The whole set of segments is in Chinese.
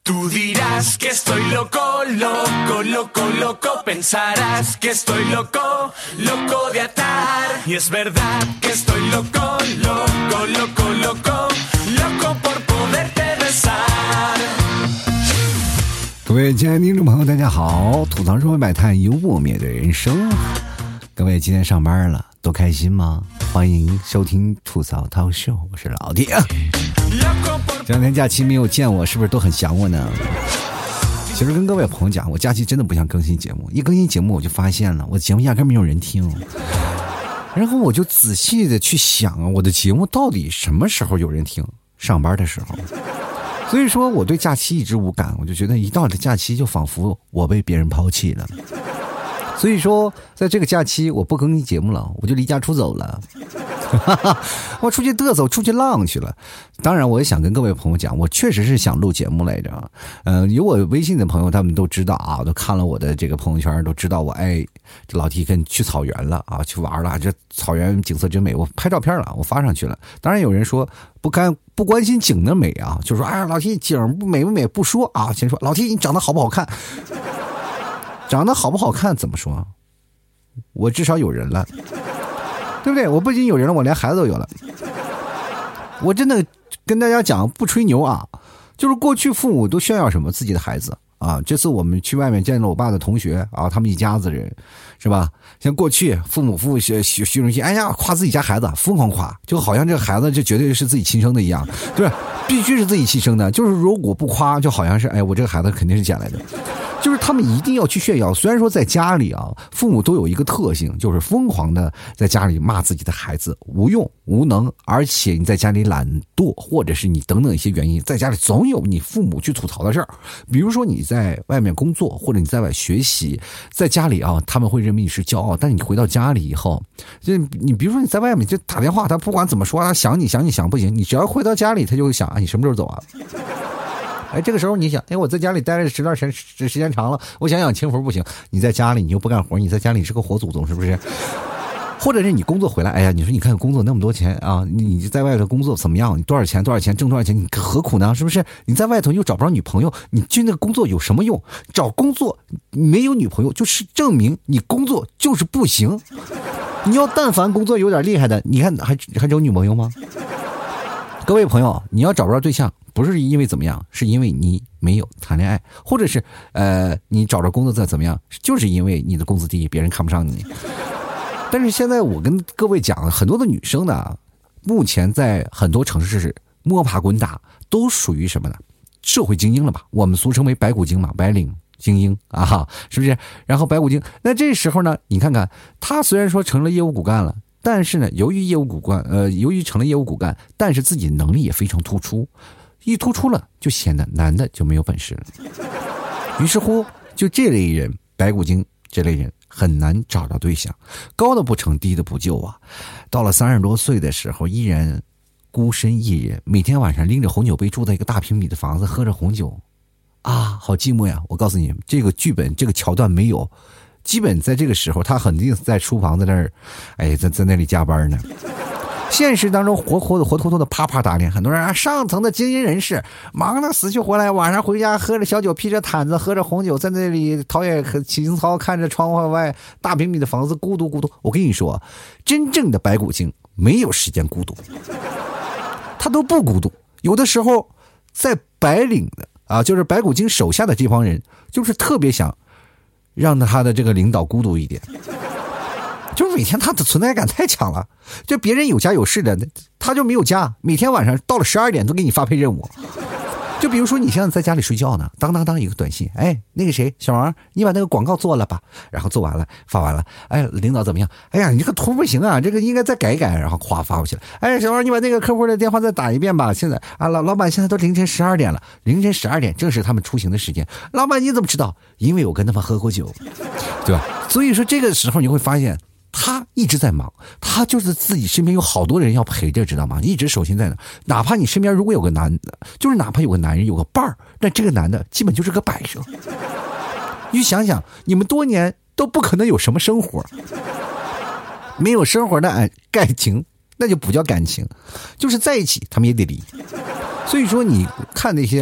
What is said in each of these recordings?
Tú dirás que estoy loco, loco, loco, loco. Pensarás que estoy loco, loco de atar. Y es verdad que estoy loco, loco, loco, loco, loco por poderte besar。 各位亲爱的听众朋友，大家好！吐槽社会百态，幽默面对人生。各位今天上班了，都开心吗？欢迎收听吐槽涛秀，我是老弟。这两天假期没有见我，是不是都很想我呢？其实跟各位朋友讲，我假期真的不想更新节目，一更新节目我就发现了，我的节目压根没有人听。然后我就仔细的去想，我的节目到底什么时候有人听？上班的时候。所以说我对假期一直无感，我就觉得一到了假期就仿佛我被别人抛弃了。所以说在这个假期我不更新节目了，我就离家出走了。我出去嘚瑟，出去浪去了。当然我也想跟各位朋友讲，我确实是想录节目来着。有我微信的朋友他们都知道啊，都看了我的这个朋友圈，都知道我这老弟跟去草原了啊，去玩了，这草原景色真美，我拍照片了，我发上去了。当然有人说不关心景的美啊，就说老弟景不美不美不说啊，先说老弟你长得好不好看。长得好不好看怎么说？我至少有人了，对不对？我不仅有人了，我连孩子都有了。我真的跟大家讲，不吹牛啊，就是过去父母都炫耀什么自己的孩子啊。这次我们去外面见了我爸的同学啊，他们一家子人，是吧？像过去父母虚荣心，哎呀，夸自己家孩子，疯狂夸，就好像这个孩子就绝对是自己亲生的一样，对吧？必须是自己亲生的，就是如果不夸，就好像是我这个孩子肯定是捡来的。就是他们一定要去炫耀，虽然说在家里啊，父母都有一个特性，就是疯狂的在家里骂自己的孩子无用无能，而且你在家里懒惰，或者是你等等一些原因，在家里总有你父母去吐槽的事儿。比如说你在外面工作，或者你在外学习，在家里啊，他们会认为你是骄傲，但是你回到家里以后，就你比如说你在外面就打电话，他不管怎么说，他想你不行，你只要回到家里，他就会想你什么时候走啊？这个时候你想，我在家里待了时间长了，我想养清福不行。你在家里你又不干活，你在家里是个活祖宗，是不是？或者是你工作回来，你说你看工作那么多钱啊，你在外头工作怎么样？你多少钱挣多少钱？你何苦呢？是不是？你在外头又找不着女朋友，你去那个工作有什么用？找工作没有女朋友，就是证明你工作就是不行。你要但凡工作有点厉害的，你看还找女朋友吗？各位朋友，你要找不着对象，不是因为怎么样，是因为你没有谈恋爱，或者是你找着工作再怎么样，就是因为你的工资低，别人看不上你。但是现在我跟各位讲，很多的女生呢，目前在很多城市是摸爬滚打，都属于什么呢？社会精英了吧？我们俗称为白骨精嘛，白领精英啊，是不是？然后白骨精，那这时候呢，你看看他虽然说成了业务骨干了。但是呢，由于成了业务骨干，但是自己能力也非常突出，一突出了就显得男的就没有本事了。于是乎，就这类人，白骨精这类人很难找到对象，高的不成，低的不就啊。到了30多岁的时候，依然孤身一人，每天晚上拎着红酒杯住在一个大平米的房子，喝着红酒，好寂寞呀！我告诉你，这个剧本这个桥段没有。基本在这个时候，他肯定在厨房在那儿，在那里加班呢。现实当中活脱脱的啪啪打脸，很多人上层的精英人士忙得死去活来，晚上回家喝着小酒，披着毯子，喝着红酒，在那里陶冶情操，看着窗户外大平米的房子，孤独。我跟你说，真正的白骨精没有时间孤独，他都不孤独。有的时候在白领的就是白骨精手下的这帮人，就是特别想让他的这个领导孤独一点，就是每天他的存在感太强了，就别人有家有室的，他就没有家，每天晚上到了12点都给你发配任务。就比如说你现在在家里睡觉呢，当一个短信，那个谁小王，你把那个广告做了吧，然后做完了发完了，领导怎么样？你这个图不行啊，这个应该再改一改，然后夸发过去了。小王，你把那个客户的电话再打一遍吧。现在老板现在都凌晨12点了，凌晨12点正是他们出行的时间。老板你怎么知道？因为我跟他们喝过酒，对吧？所以说这个时候你会发现。他一直在忙，他就是自己身边有好多人要陪着，知道吗？一直手心在那，哪怕你身边如果有个男的，就是哪怕有个男人有个伴儿，但这个男的基本就是个摆设。你想想，你们多年都不可能有什么生活，没有生活的感情，那就不叫感情，就是在一起他们也得离。所以说，你看那些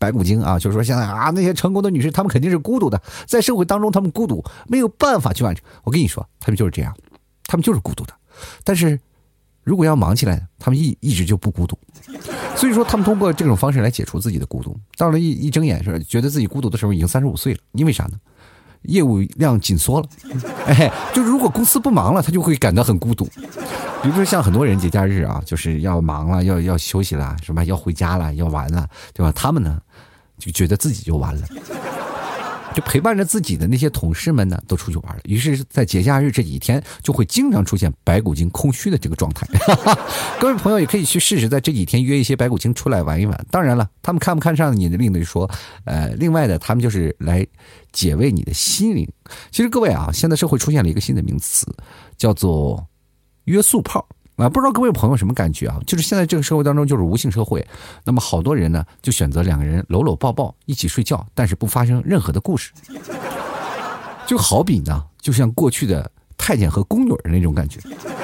白骨精啊，就是说现在啊那些成功的女士，她们肯定是孤独的，在社会当中她们孤独，没有办法去完成。我跟你说，她们就是这样，她们就是孤独的。但是如果要忙起来，她们一直就不孤独。所以说她们通过这种方式来解除自己的孤独。到了一睁眼是觉得自己孤独的时候，已经35岁了，因为啥呢？业务量紧缩了，就如果公司不忙了，他就会感到很孤独。比如说像很多人节假日啊，就是要忙了，要休息了，是吧？要回家了，要玩了，对吧？他们呢，就觉得自己就完了，就陪伴着自己的那些同事们呢，都出去玩了。于是，在节假日这几天，就会经常出现白骨精空虚的这个状态。各位朋友也可以去试试，在这几天约一些白骨精出来玩一玩。当然了，他们看不看上你的另类说，另外的他们就是来解慰你的心灵。其实各位啊，现在社会出现了一个新的名词，叫做约束炮。不知道各位朋友什么感觉啊？就是现在这个社会当中就是无性社会，那么好多人呢就选择两个人搂搂抱抱一起睡觉，但是不发生任何的故事。就好比呢，就像过去的太监和宫女的那种感觉。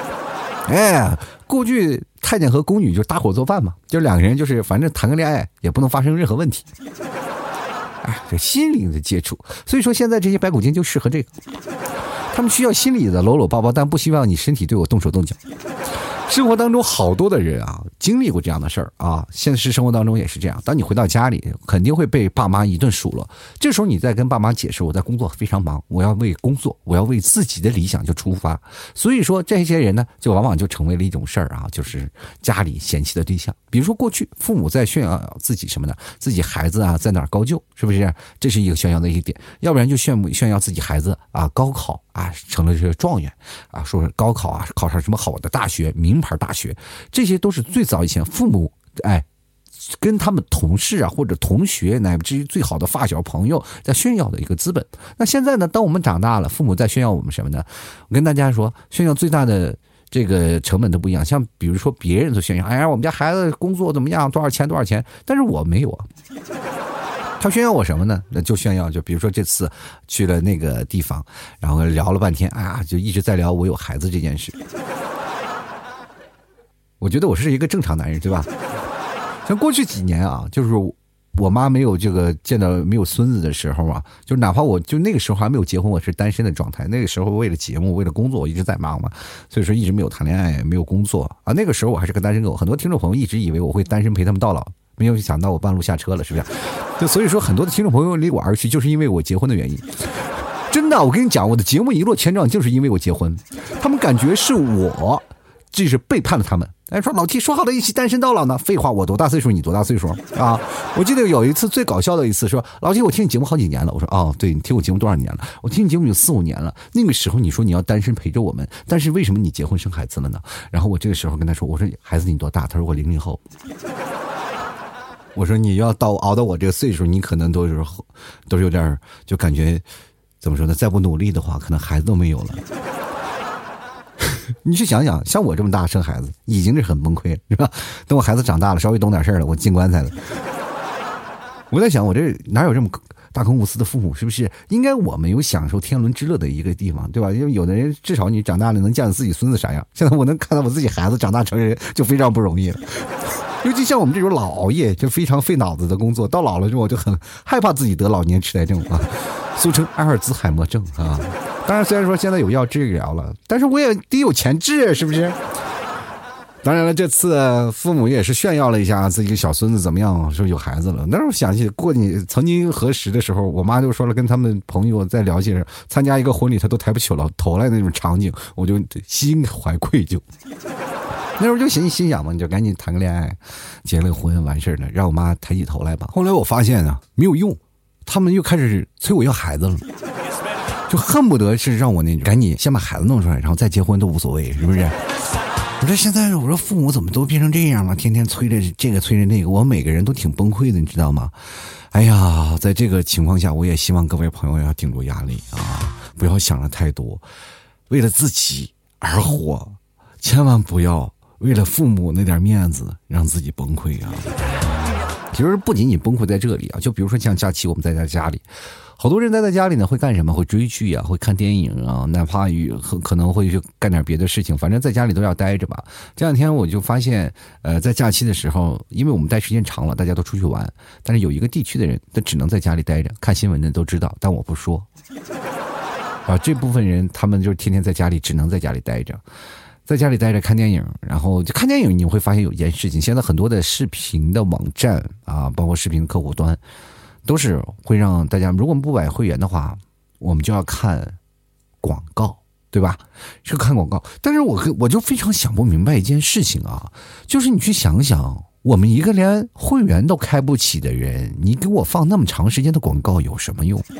过去太监和宫女就搭伙做饭嘛，就两个人就是反正谈个恋爱也不能发生任何问题。这心灵的接触，所以说现在这些白骨精就适合这个。他们需要心理的搂搂抱抱，但不希望你身体对我动手动脚。生活当中好多的人啊，经历过这样的事儿啊，现实生活当中也是这样。当你回到家里，肯定会被爸妈一顿数落。这时候你再跟爸妈解释，我在工作非常忙，我要为工作，我要为自己的理想就出发。所以说这些人呢，就往往就成为了一种事儿啊，就是家里嫌弃的对象。比如说过去父母在炫耀自己什么呢？自己孩子啊在哪儿高就，是不是？这是一个炫耀的一点。要不然就炫耀自己孩子啊高考啊成了这个状元啊，说是高考啊考上什么好的大学，名牌大学，这些都是最早以前父母跟他们同事啊或者同学乃至于最好的发小朋友在炫耀的一个资本。那现在呢，当我们长大了，父母在炫耀我们什么呢？我跟大家说，炫耀最大的这个成本都不一样。像比如说别人都炫耀，我们家孩子工作怎么样，多少钱，但是我没有啊。他炫耀我什么呢？那就炫耀，就比如说这次去了那个地方，然后聊了半天，就一直在聊我有孩子这件事。我觉得我是一个正常男人，对吧？像过去几年啊，就是我妈没有这个见到没有孙子的时候啊，就哪怕我就那个时候还没有结婚，我是单身的状态。那个时候为了节目，为了工作，我一直在忙嘛，所以说一直没有谈恋爱，没有工作啊。那个时候我还是个单身狗，很多听众朋友一直以为我会单身陪他们到老，没有想到我半路下车了，是不是？就所以说很多的听众朋友离我而去，就是因为我结婚的原因。真的，我跟你讲，我的节目一落千丈，就是因为我结婚，他们感觉是我这是背叛了他们。说老 T 说好的一起单身到老呢？废话，我多大岁数你多大岁数啊？我记得有一次最搞笑的一次，说老 T 我听你节目好几年了。我说哦，对，你听我节目多少年了？我听你节目有4-5年了。那个时候你说你要单身陪着我们，但是为什么你结婚生孩子了呢？然后我这个时候跟他说，我说孩子你多大？他说我00后。我说你要熬到我这个岁数，你可能都是有点就感觉怎么说呢？再不努力的话，可能孩子都没有了。你去想想，像我这么大生孩子已经是很崩溃了，是吧？等我孩子长大了，稍微懂点事了，我进棺材了。我在想，我这哪有这么大公无私的父母？是不是应该我们有享受天伦之乐的一个地方，对吧？因为有的人至少你长大了能见到自己孙子啥样，现在我能看到我自己孩子长大成人就非常不容易了。尤其像我们这种老熬夜就非常费脑子的工作，到老了之后我就很害怕自己得老年痴呆症啊，俗称阿尔兹海默症啊。当然虽然说现在有药治疗了，但是我也得有钱治，是不是？当然了，这次父母也是炫耀了一下自己小孙子怎么样，说有孩子了。那时候想起过你曾经何时的时候，我妈就说了，跟他们朋友在聊起参加一个婚礼，他都抬不起头来那种场景，我就心怀愧疚。那时候就心想嘛，你就赶紧谈个恋爱，结了婚完事了，让我妈抬起头来吧。后来我发现啊，没有用，他们又开始催我要孩子了。就恨不得是让我那种赶紧先把孩子弄出来，然后再结婚都无所谓，是不是？我说现在我说父母怎么都变成这样了，天天催着这个催着那个，我每个人都挺崩溃的，你知道吗？哎呀，在这个情况下，我也希望各位朋友要顶住压力啊，不要想的太多，为了自己而活，千万不要为了父母那点面子让自己崩溃啊！ 其实不仅仅崩溃在这里啊，就比如说像假期我们在家里，好多人在家里呢会干什么？会追剧啊，会看电影啊，哪怕可能会去干点别的事情，反正在家里都要待着吧。这两天我就发现，在假期的时候，因为我们待时间长了，大家都出去玩，但是有一个地区的人，他只能在家里待着，看新闻的都知道，但我不说。啊，这部分人他们就是天天在家里，只能在家里待着。在家里待着看电影，然后就看电影，你会发现有一件事情，现在很多的视频的网站啊，包括视频客户端，都是会让大家，如果我们不买会员的话，我们就要看广告，对吧？是看广告。但是我就非常想不明白一件事情啊，就是你去想想，我们一个连会员都开不起的人，你给我放那么长时间的广告有什么用？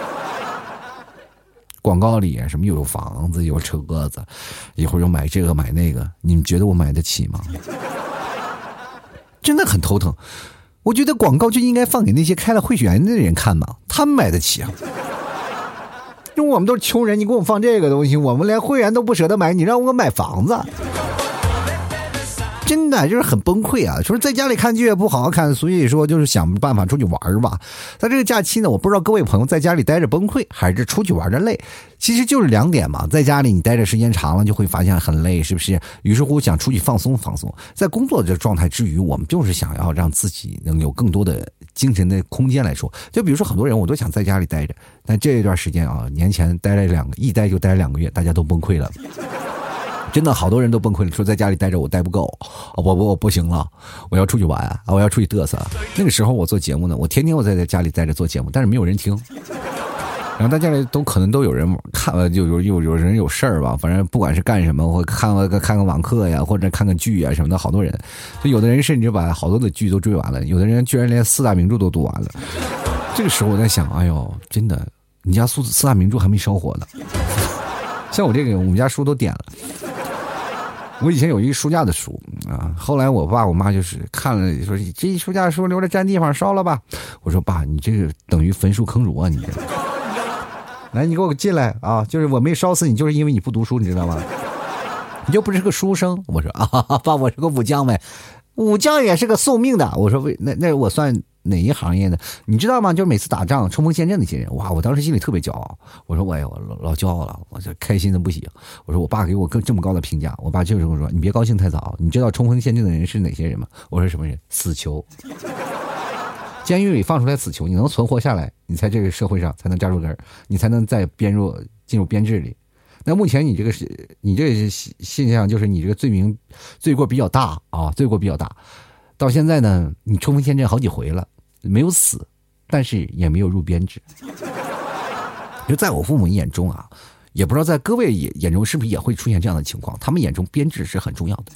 广告里什么有房子有车子，一会儿又买这个买那个，你们觉得我买得起吗？真的很头疼。我觉得广告就应该放给那些开了会员的人看嘛，他们买得起啊。因为我们都是穷人，你给我放这个东西，我们连会员都不舍得买，你让我买房子，真的就是很崩溃啊！说在家里看剧也不好好看，所以说就是想办法出去玩吧。在这个假期呢，我不知道各位朋友在家里待着崩溃，还是出去玩的累。其实就是两点嘛，在家里你待着时间长了，就会发现很累，是不是？于是乎想出去放松放松。在工作的状态之余，我们就是想要让自己能有更多的精神的空间来说。就比如说很多人我都想在家里待着，但这一段时间啊，年前待了一待就待2个月，大家都崩溃了。真的好多人都崩溃了，说在家里待着我待不够，我不行了，我要出去玩，我要出去嘚瑟。那个时候我做节目呢，我天天我在家里待着做节目，但是没有人听。然后大家里都可能都有人看，有人有事儿吧，反正不管是干什么，或看个网课呀，或者看个剧啊什么的，好多人，就有的人甚至把好多的剧都追完了，有的人居然连4大名著都读完了。这个时候我在想，哎呦，真的，你家4大名著还没烧火呢，像我这个，我们家书都点了。我以前有一书架的书啊，后来我爸我妈就是看了说，这一书架的书留着占地方，烧了吧。我说爸，你这个等于焚书坑儒啊，你这个。来，你给我进来啊！就是我没烧死你，就是因为你不读书，你知道吗？你就不是个书生。我说啊，爸，我是个武将呗，武将也是个送命的。我说那我算哪一行业的？你知道吗？就是每次打仗冲锋陷阵那些人，哇！我当时心里特别骄傲。我说我老骄傲了，我就开心的不行。我说我爸给我这么高的评价，我爸就是跟我说，你别高兴太早。你知道冲锋陷阵的人是哪些人吗？我说什么人？死囚。监狱里放出来死囚，你能存活下来，你在这个社会上才能扎住根，你才能再进入编制里。那目前你这个现象就是你这个罪过比较大啊，罪过比较大。到现在呢，你冲锋陷阵好几回了，没有死，但是也没有入编制。就在我父母眼中啊，也不知道在各位眼中是不是也会出现这样的情况，他们眼中编制是很重要的。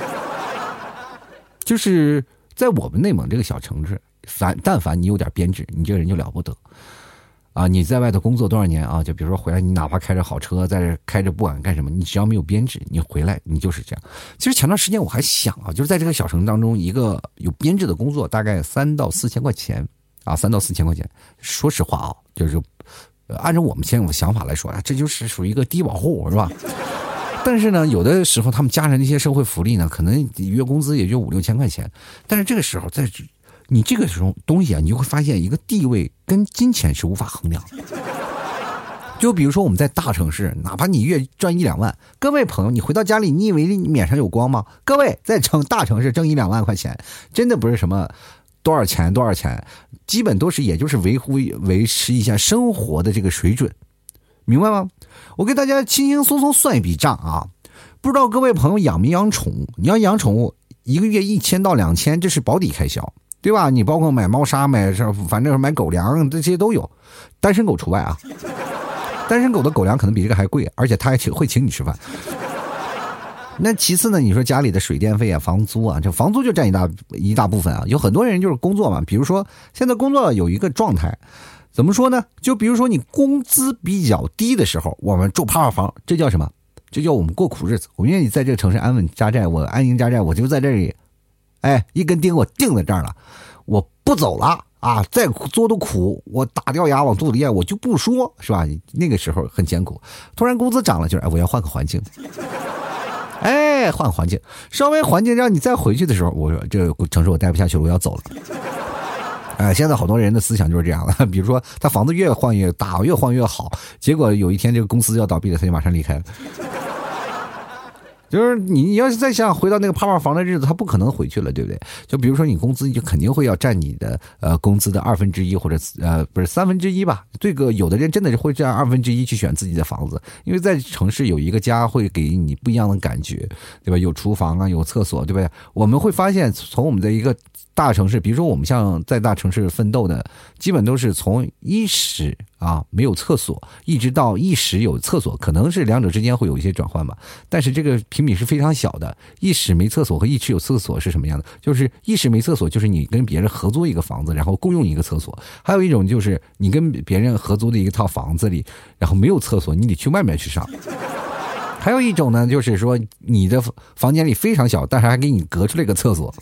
就是在我们内蒙这个小城市，但凡你有点编制，你这个人就了不得啊！你在外头工作多少年啊？就比如说回来，你哪怕开着好车，在这开着不管干什么，你只要没有编制，你回来你就是这样。其实前段时间我还想啊，就是在这个小城当中，一个有编制的工作大概3到4千块钱啊，3到4千块钱。说实话啊，就是按照我们现在的想法来说啊，这就是属于一个低保户，是吧？但是呢，有的时候他们加上那些社会福利呢，可能月工资也就5、6千块钱。但是这个时候在你这个东西啊，你就会发现一个地位跟金钱是无法衡量的。就比如说我们在大城市，哪怕你月赚1、2万，各位朋友，你回到家里，你以为你脸上有光吗？各位在大城市挣1、2万块钱，真的不是什么多少钱，基本都是也就是维持一下生活的这个水准，明白吗？我给大家轻轻松松算一笔账啊，不知道各位朋友养没养宠物？你要养宠物，一个月1000到2000，这是保底开销。对吧？你包括买猫砂、反正买狗粮，这些都有，单身狗除外啊。单身狗的狗粮可能比这个还贵，而且它还会请你吃饭。那其次呢，你说家里的水电费啊、房租啊，这房租就占一大部分啊。有很多人就是工作嘛，比如说现在工作有一个状态，怎么说呢？就比如说你工资比较低的时候，我们住趴房，这叫什么？这叫我们过苦日子。我愿意在这个城市安营扎寨，我就在这里。哎，一根钉我钉在这儿了，我不走了啊！再做的苦，我打掉牙往肚里咽，我就不说，是吧？那个时候很艰苦，突然工资涨了，就是我要换个环境，换环境，稍微环境让你再回去的时候，我说这个城市我待不下去了，我要走了。 现在好多人的思想就是这样的，比如说他房子越换越大，越换越好，结果有一天这个公司要倒闭了，他就马上离开了。就是你要是再想回到那个泡泡房的日子，他不可能回去了，对不对？就比如说你工资就肯定会要占你的工资的1/2或者不是1/3吧。这个有的人真的是会占1/2去选自己的房子，因为在城市有一个家会给你不一样的感觉，对吧？有厨房啊，有厕所，对不对？我们会发现从我们的一个大城市，比如说我们像在大城市奋斗的，基本都是从一室没有厕所，一直到一室有厕所，可能是两者之间会有一些转换吧。但是这个平米是非常小的，一室没厕所和一室有厕所是什么样的？就是一室没厕所，就是你跟别人合租一个房子，然后共用一个厕所；还有一种就是你跟别人合租的一套房子里，然后没有厕所，你得去外面去上。还有一种呢，就是说你的房间里非常小，但是还给你隔出来一个厕所。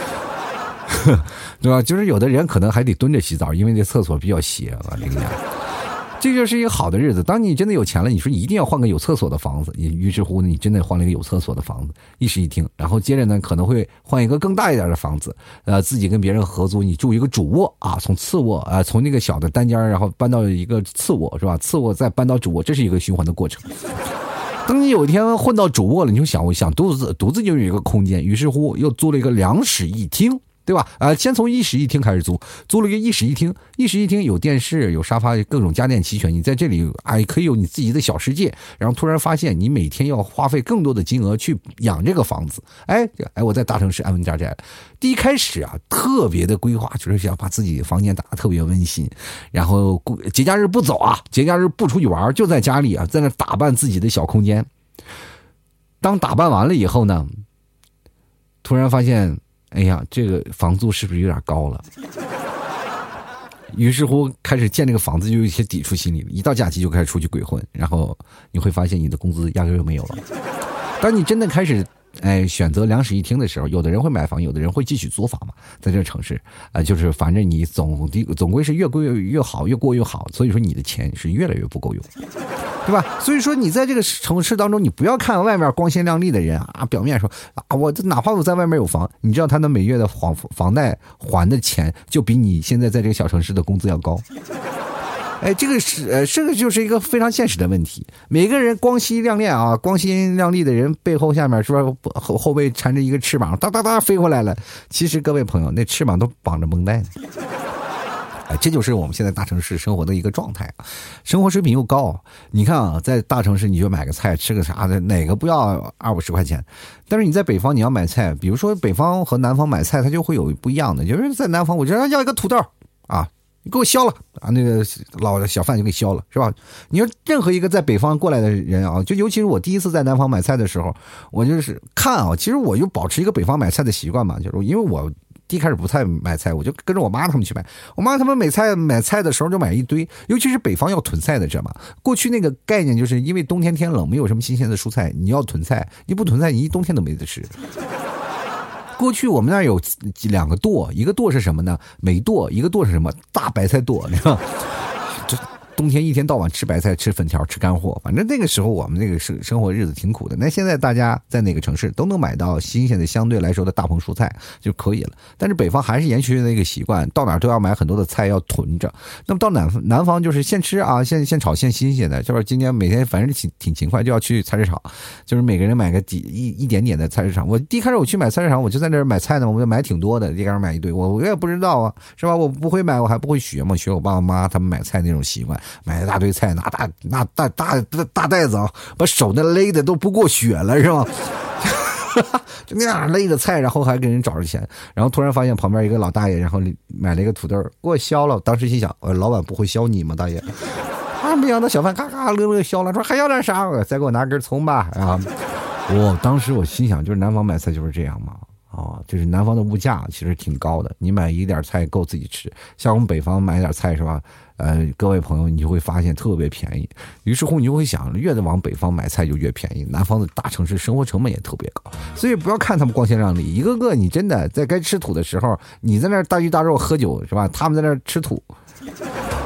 对吧？就是有的人可能还得蹲着洗澡，因为这厕所比较斜啊。这就是一个好的日子。当你真的有钱了，你说你一定要换个有厕所的房子，于是乎你真的换了一个有厕所的房子，一室一厅。然后接着呢，可能会换一个更大一点的房子，自己跟别人合租，你住一个主卧啊，从次卧从那个小的单间，然后搬到一个次卧，是吧？次卧再搬到主卧，这是一个循环的过程。等你有一天混到主卧了，你就想，我想独自就有一个空间，于是乎又租了一个2室1厅。对吧？先从1室1厅开始租了一个1室1厅，1室1厅有电视、有沙发，各种家电齐全。你在这里可以有你自己的小世界。然后突然发现，你每天要花费更多的金额去养这个房子。我在大城市安稳家宅。第一开始特别的规划，就是想把自己的房间打得特别温馨。然后节假日不走节假日不出去玩，就在家里在那打扮自己的小空间。当打扮完了以后呢，突然发现。哎呀，这个房租是不是有点高了？于是乎开始建这个房子就有一些抵触心理了，一到假期就开始出去鬼混，然后你会发现你的工资压根就没有了。当你真的开始选择2室1厅的时候，有的人会买房，有的人会继续租房嘛。在这个城市就是反正你总归是越贵越好，越过越好，所以说你的钱是越来越不够用，对吧？所以说你在这个城市当中，你不要看外面光鲜亮丽的人表面说我哪怕我在外面有房，你知道他的每月的房贷还的钱就比你现在在这个小城市的工资要高。这个就是一个非常现实的问题。每个人光鲜亮丽光鲜亮丽的人背后下面是不是后背缠着一个翅膀，哒哒哒飞回来了？其实各位朋友，那翅膀都绑着绷带呢。这就是我们现在大城市生活的一个状态生活水平又高。你看在大城市你就买个菜吃个啥的，哪个不要20-50块钱？但是你在北方你要买菜，比如说北方和南方买菜，它就会有不一样的。就是在南方，我就要一个土豆你给我削了那个老小贩就给削了，是吧？你说任何一个在北方过来的人就尤其是我第一次在南方买菜的时候，我就是看其实我就保持一个北方买菜的习惯嘛，就是因为我一开始不太买菜，我就跟着我妈他们去买。我妈他们买菜的时候就买一堆，尤其是北方要囤菜的，知道吗？过去那个概念就是因为冬天天冷，没有什么新鲜的蔬菜，你要囤菜，你不囤菜，你一冬天都没得吃。过去我们那儿有2个垛，一个垛是什么呢？美垛，一个垛是什么？大白菜垛，你知道？冬天一天到晚吃白菜、吃粉条、吃干货，反正那个时候我们那个生活日子挺苦的。那现在大家在哪个城市都能买到新鲜的、相对来说的大棚蔬菜就可以了。但是北方还是延续那个习惯，到哪都要买很多的菜要囤着。那么到南方就是现吃现炒现新鲜的，就是今天每天反正挺勤快，就要去菜市场，就是每个人买个一点点的菜市场。我一开始我去买菜市场，我就在那儿买菜呢，我就买挺多的，一开始买一堆，我也不知道是吧？我不会买，我还不会学嘛，学我爸我妈他们买菜那种习惯。买一大堆菜，拿大袋子把手那勒的都不过血了，是吧？就那样勒着菜，然后还给人找着钱，然后突然发现旁边一个老大爷，然后买了一个土豆给我削了。当时心想，老板不会削你吗，大爷？没想到小贩咔咔勒削了，说还要点啥？再给我拿根葱吧。当时我心想，就是南方买菜就是这样嘛。就是南方的物价其实挺高的，你买一点菜够自己吃。像我们北方买点菜是吧？各位朋友，你就会发现特别便宜。于是乎，你就会想，越往北方买菜就越便宜。南方的大城市生活成本也特别高，所以不要看他们光鲜亮丽，一个个你真的在该吃土的时候，你在那大鱼大肉喝酒是吧？他们在那吃土。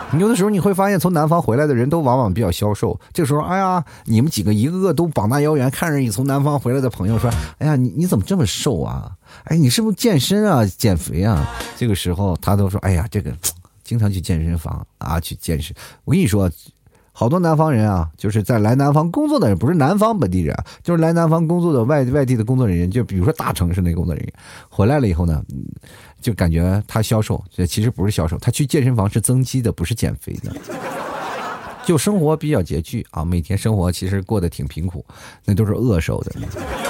有的时候你会发现，从南方回来的人都往往比较消瘦。这个时候，哎呀，你们几个一个个都膀大腰圆，看着你从南方回来的朋友说：“哎呀，你怎么这么瘦啊？哎，你是不是健身啊、减肥啊？”这个时候他都说：“哎呀，这个经常去健身房啊，去健身。”我跟你说，好多南方人啊，就是在来南方工作的人，不是南方本地人，就是来南方工作的外地的工作人员，就比如说大城市那工作人员，回来了以后呢，就感觉他消瘦，这其实不是消瘦，他去健身房是增肌的，不是减肥的。就生活比较拮据啊，每天生活其实过得挺贫苦，那都是饿瘦的。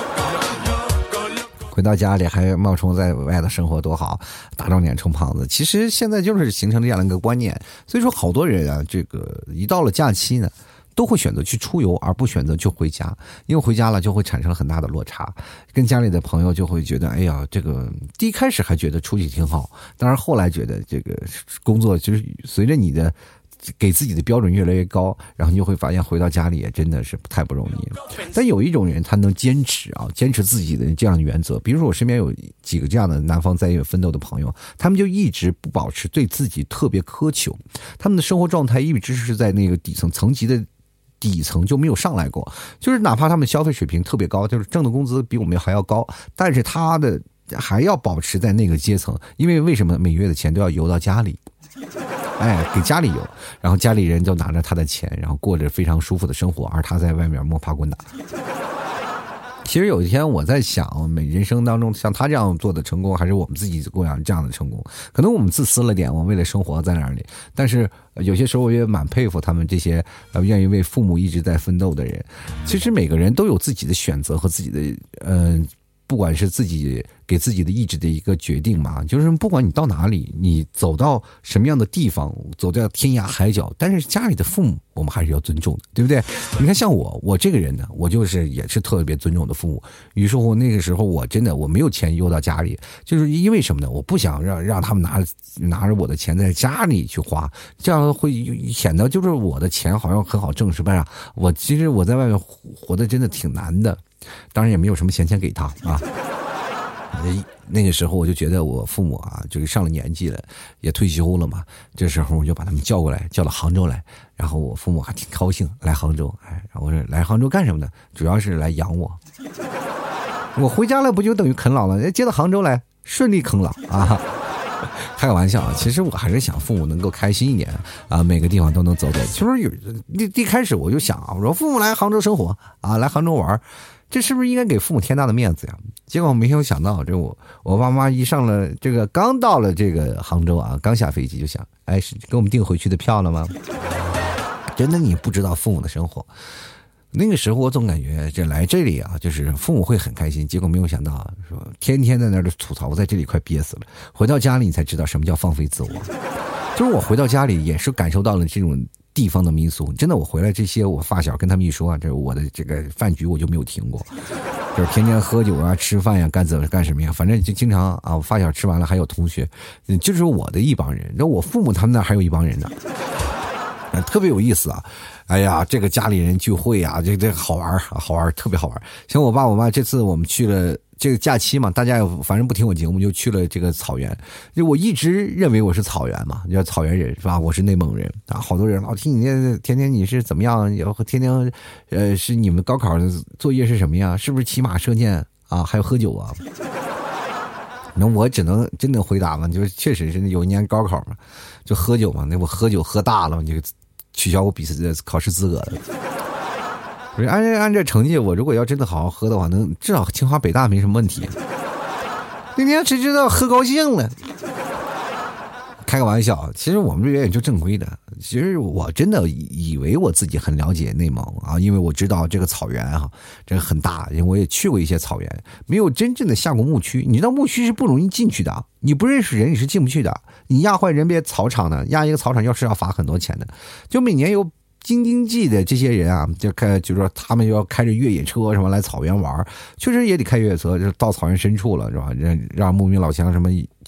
回到家里还冒充在外的生活多好，大壮脸充胖子。其实现在就是形成这样的一个观念，所以说好多人啊，这个一到了假期呢，都会选择去出游，而不选择去回家，因为回家了就会产生很大的落差，跟家里的朋友就会觉得，哎呀，这个第一开始还觉得出去挺好，当然后来觉得这个工作就是随着你的给自己的标准越来越高，然后你就会发现回到家里也真的是太不容易了。但有一种人他能坚持啊，坚持自己的这样的原则，比如说我身边有几个这样的南方在奋斗的朋友，他们就一直不保持对自己特别苛求，他们的生活状态一直是在那个层级的底层就没有上来过，就是哪怕他们消费水平特别高，就是挣的工资比我们还要高，但是他的还要保持在那个阶层，因为为什么每月的钱都要邮到家里，哎，给家里邮，然后家里人就拿着他的钱，然后过着非常舒服的生活，而他在外面摸爬滚打。其实有一天我在想，人生当中像他这样做的成功，还是我们自己过上这样的成功？可能我们自私了点，我们为了生活在那里，但是有些时候我也蛮佩服他们这些愿意为父母一直在奋斗的人。其实每个人都有自己的选择和自己的不管是自己给自己的意志的一个决定嘛，就是不管你到哪里，你走到什么样的地方，走到天涯海角，但是家里的父母我们还是要尊重的，对不对？你看像我这个人呢，我就是也是特别尊重的父母。于是乎那个时候我真的我没有钱邮到家里，就是因为什么呢？我不想让他们拿着我的钱在家里去花，这样会显得就是我的钱好像很好挣，是吧？其实我在外面活得真的挺难的。当然也没有什么闲钱给他啊。那个时候我就觉得我父母啊，就是上了年纪了，也退休了嘛。这时候我就把他们叫过来，叫到杭州来。然后我父母还挺高兴来杭州，哎，然后我说来杭州干什么呢？主要是来养我。我回家了不就等于啃老了？接到杭州来，顺利啃老啊。开个玩笑啊，其实我还是想父母能够开心一点啊，每个地方都能走走。其实一开始我就想啊，我说父母来杭州生活啊，来杭州玩，这是不是应该给父母天大的面子呀？结果我没有想到，这我爸妈一上了这个，刚到了这个杭州啊，刚下飞机就想，哎，是给我们订回去的票了吗？真的你不知道父母的生活。那个时候我总感觉这来这里啊，就是父母会很开心，结果没有想到说天天在那儿吐槽，我在这里快憋死了。回到家里你才知道什么叫放飞自我。就是我回到家里也是感受到了这种地方的民俗，真的我回来这些我发小跟他们一说啊，这我的这个饭局我就没有停过，就是天天喝酒啊吃饭呀干什么呀，反正就经常啊，我发小吃完了还有同学，就是我的一帮人，那我父母他们那还有一帮人呢，特别有意思啊。哎呀，这个家里人聚会啊，这好玩，特别好玩。像我爸我妈这次我们去了这个假期嘛，大家反正不听我节目，我们就去了这个草原。就我一直认为我是草原嘛，叫草原人是吧？我是内蒙人啊，好多人老听你这天天你是怎么样？天天是你们高考的作业是什么呀？是不是骑马射箭啊？还有喝酒啊？那我只能真的回答嘛，就是确实是有一年高考嘛，就喝酒嘛，那我喝酒喝大了，就取消我考试资格的。按这成绩，我如果要真的好好喝的话，能至少清华北大没什么问题。那天谁知道喝高兴了。开个玩笑，其实我们这边也就正规的。其实我真的以为我自己很了解内蒙啊，因为我知道这个草原啊，这个很大，因为我也去过一些草原，没有真正的下过牧区。你知道牧区是不容易进去的，你不认识人你是进不去的。你压坏人别草场呢，压一个草场要罚很多钱的。就每年有京津冀的这些人啊，就说他们要开着越野车什么来草原玩，确实也得开越野车，就到草原深处了是吧？让牧民老乡什么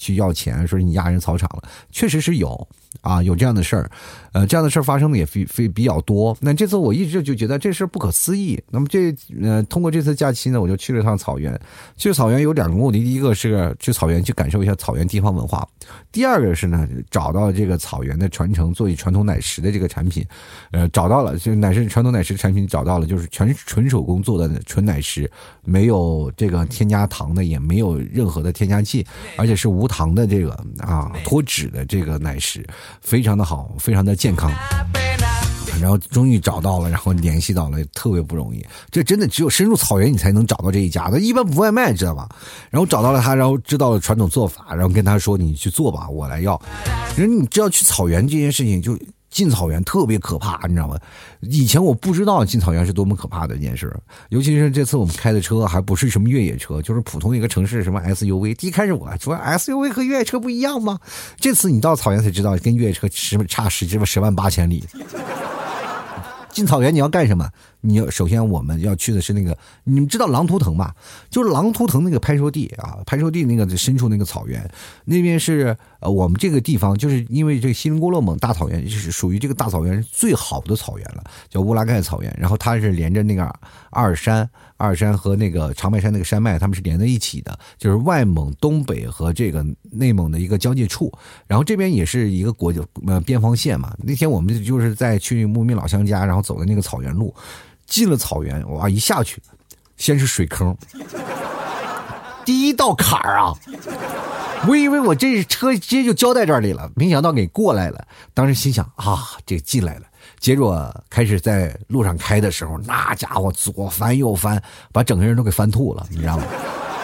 去要钱，说你压人草场了，确实是有啊，有这样的事儿，这样的事儿发生的也比较多。那这次我一直就觉得这事不可思议。那么通过这次假期呢，我就去了趟草原。去草原有2个目的，第一个是去草原去感受一下草原地方文化，第二个是呢找到这个草原的传承，做传统奶食的这个产品，找到了就传统奶食产品找到了，就是全纯手工做的纯奶食，没有这个添加糖的，也没有任何的添加剂，而且是无糖的这个脱脂的这个奶食，非常的好，非常的健康。然后终于找到了，然后联系到了，特别不容易。这真的只有深入草原你才能找到这一家，他一般不外卖，知道吧？然后找到了他，然后知道了传统做法，然后跟他说你去做吧，我来要。人你知道去草原这件事情，就进草原特别可怕，你知道吗？以前我不知道进草原是多么可怕的一件事，尤其是这次我们开的车还不是什么越野车，就是普通一个城市什么 SUV。一开始我说 SUV 和越野车不一样吗？这次你到草原才知道，跟越野车差10万8千里。进草原你要干什么？首先我们要去的是那个，你们知道狼图腾吧？就是狼图腾那个拍摄地啊，拍摄地那个深处那个草原，那边是我们这个地方，就是因为这个锡林郭勒盟大草原是属于这个大草原最好的草原了，叫乌拉盖草原。然后它是连着那个阿尔山和那个长白山那个山脉，它们是连在一起的，就是外蒙东北和这个内蒙的一个交界处。然后这边也是一个边防线嘛。那天我们就是在去牧民老乡家，然后走的那个草原路。进了草原，哇！一下去，先是水坑，第一道坎儿啊！我以为我这车直接就交在这里了，没想到给过来了。当时心想这进来了。结果开始在路上开的时候，那家伙左翻右翻，把整个人都给翻吐了，你知道吗？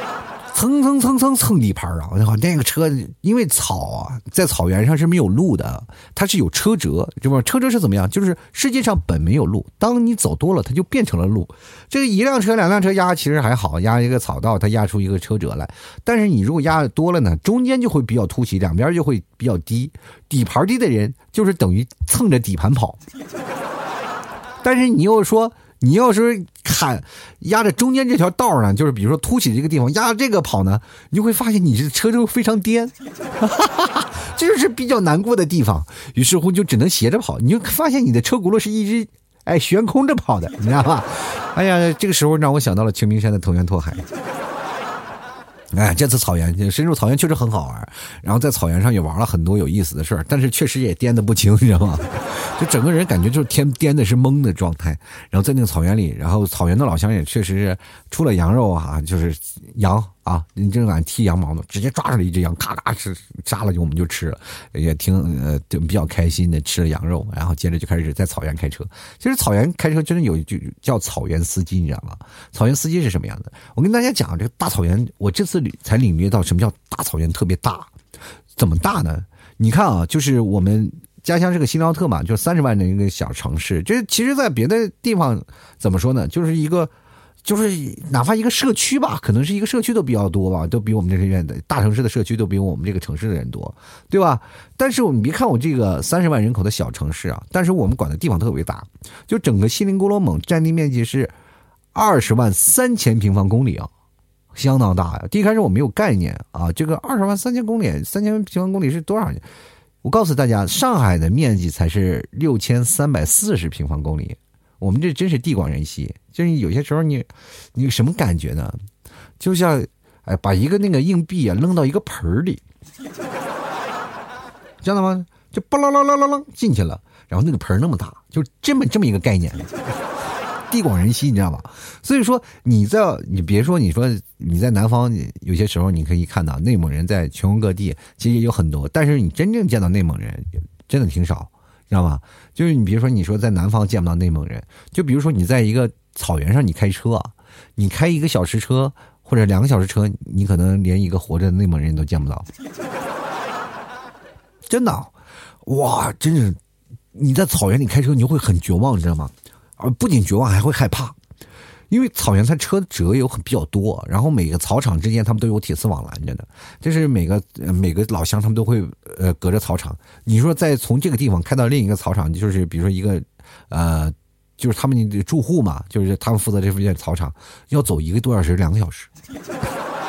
蹭地盘啊！那个车因为在草原上是没有路的，它是有车辙，对吧？车辙是怎么样？就是世界上本没有路，当你走多了，它就变成了路。这个一辆车、2辆车压其实还好，压一个草道，它压出一个车辙来。但是你如果压多了呢，中间就会比较凸起，两边就会比较低。底盘低的人就是等于蹭着底盘跑。但是你要是压着中间这条道呢，就是比如说凸起这个地方压着这个跑呢，你就会发现你这车就非常颠，这就是比较难过的地方。于是乎就只能斜着跑，你就发现你的车轱辘是一直悬空着跑的，你知道吧？哎呀，这个时候让我想到了青名山的藤原拓海。这次草原深入草原确实很好玩，然后在草原上也玩了很多有意思的事儿，但是确实也颠得不轻，你知道吗？就整个人感觉就是颠的是懵的状态。然后在那个草原里，然后草原的老乡也确实是出了羊肉就是羊你正敢剃羊毛呢，直接抓住了一只羊，咔咔杀了我们就吃了，也挺比较开心的吃了羊肉，然后接着就开始在草原开车。其实草原开车真的有一句叫草原司机，你知道吗？草原司机是什么样的？我跟大家讲，这个大草原，我这次才领略到什么叫大草原特别大。怎么大呢？你看就是我们家乡是个新奥特嘛，就30万的一个小城市，这其实在别的地方怎么说呢？就是哪怕一个社区吧，可能是一个社区都比较多吧，都比我们这些大城市的社区都比我们这个城市的人多，对吧？但是你别看我这个30万人口的小城市但是我们管的地方特别大，就整个锡林郭勒盟占地面积是20万3千平方公里相当大呀。第一开始我没有概念这个20万3千平方公里是多少？我告诉大家，上海的面积才是6340平方公里。我们这真是地广人稀，就是有些时候你什么感觉呢？就像把一个那个硬币扔到一个盆里，知道吗？就巴啦啦啦啦啦进去了，然后那个盆那么大，就这么一个概念。地广人稀，你知道吗？所以说你别说你说你在南方，有些时候你可以看到内蒙人在全国各地其实也有很多，但是你真正见到内蒙人真的挺少，知道吗？就是你比如说你说在南方见不到内蒙人，就比如说你在一个草原上你开车你开1个小时车或者2个小时车，你可能连一个活着的内蒙人都见不到。真的哇，真是你在草原里开车你就会很绝望，你知道吗？不仅绝望还会害怕，因为草原它车辙有比较多，然后每个草场之间他们都有铁丝网拦着的，就是每个老乡他们都会隔着草场。你说再从这个地方开到另一个草场，就是比如说一个就是他们的住户嘛，就是他们负责这附近草场，要走1个多小时2个小时。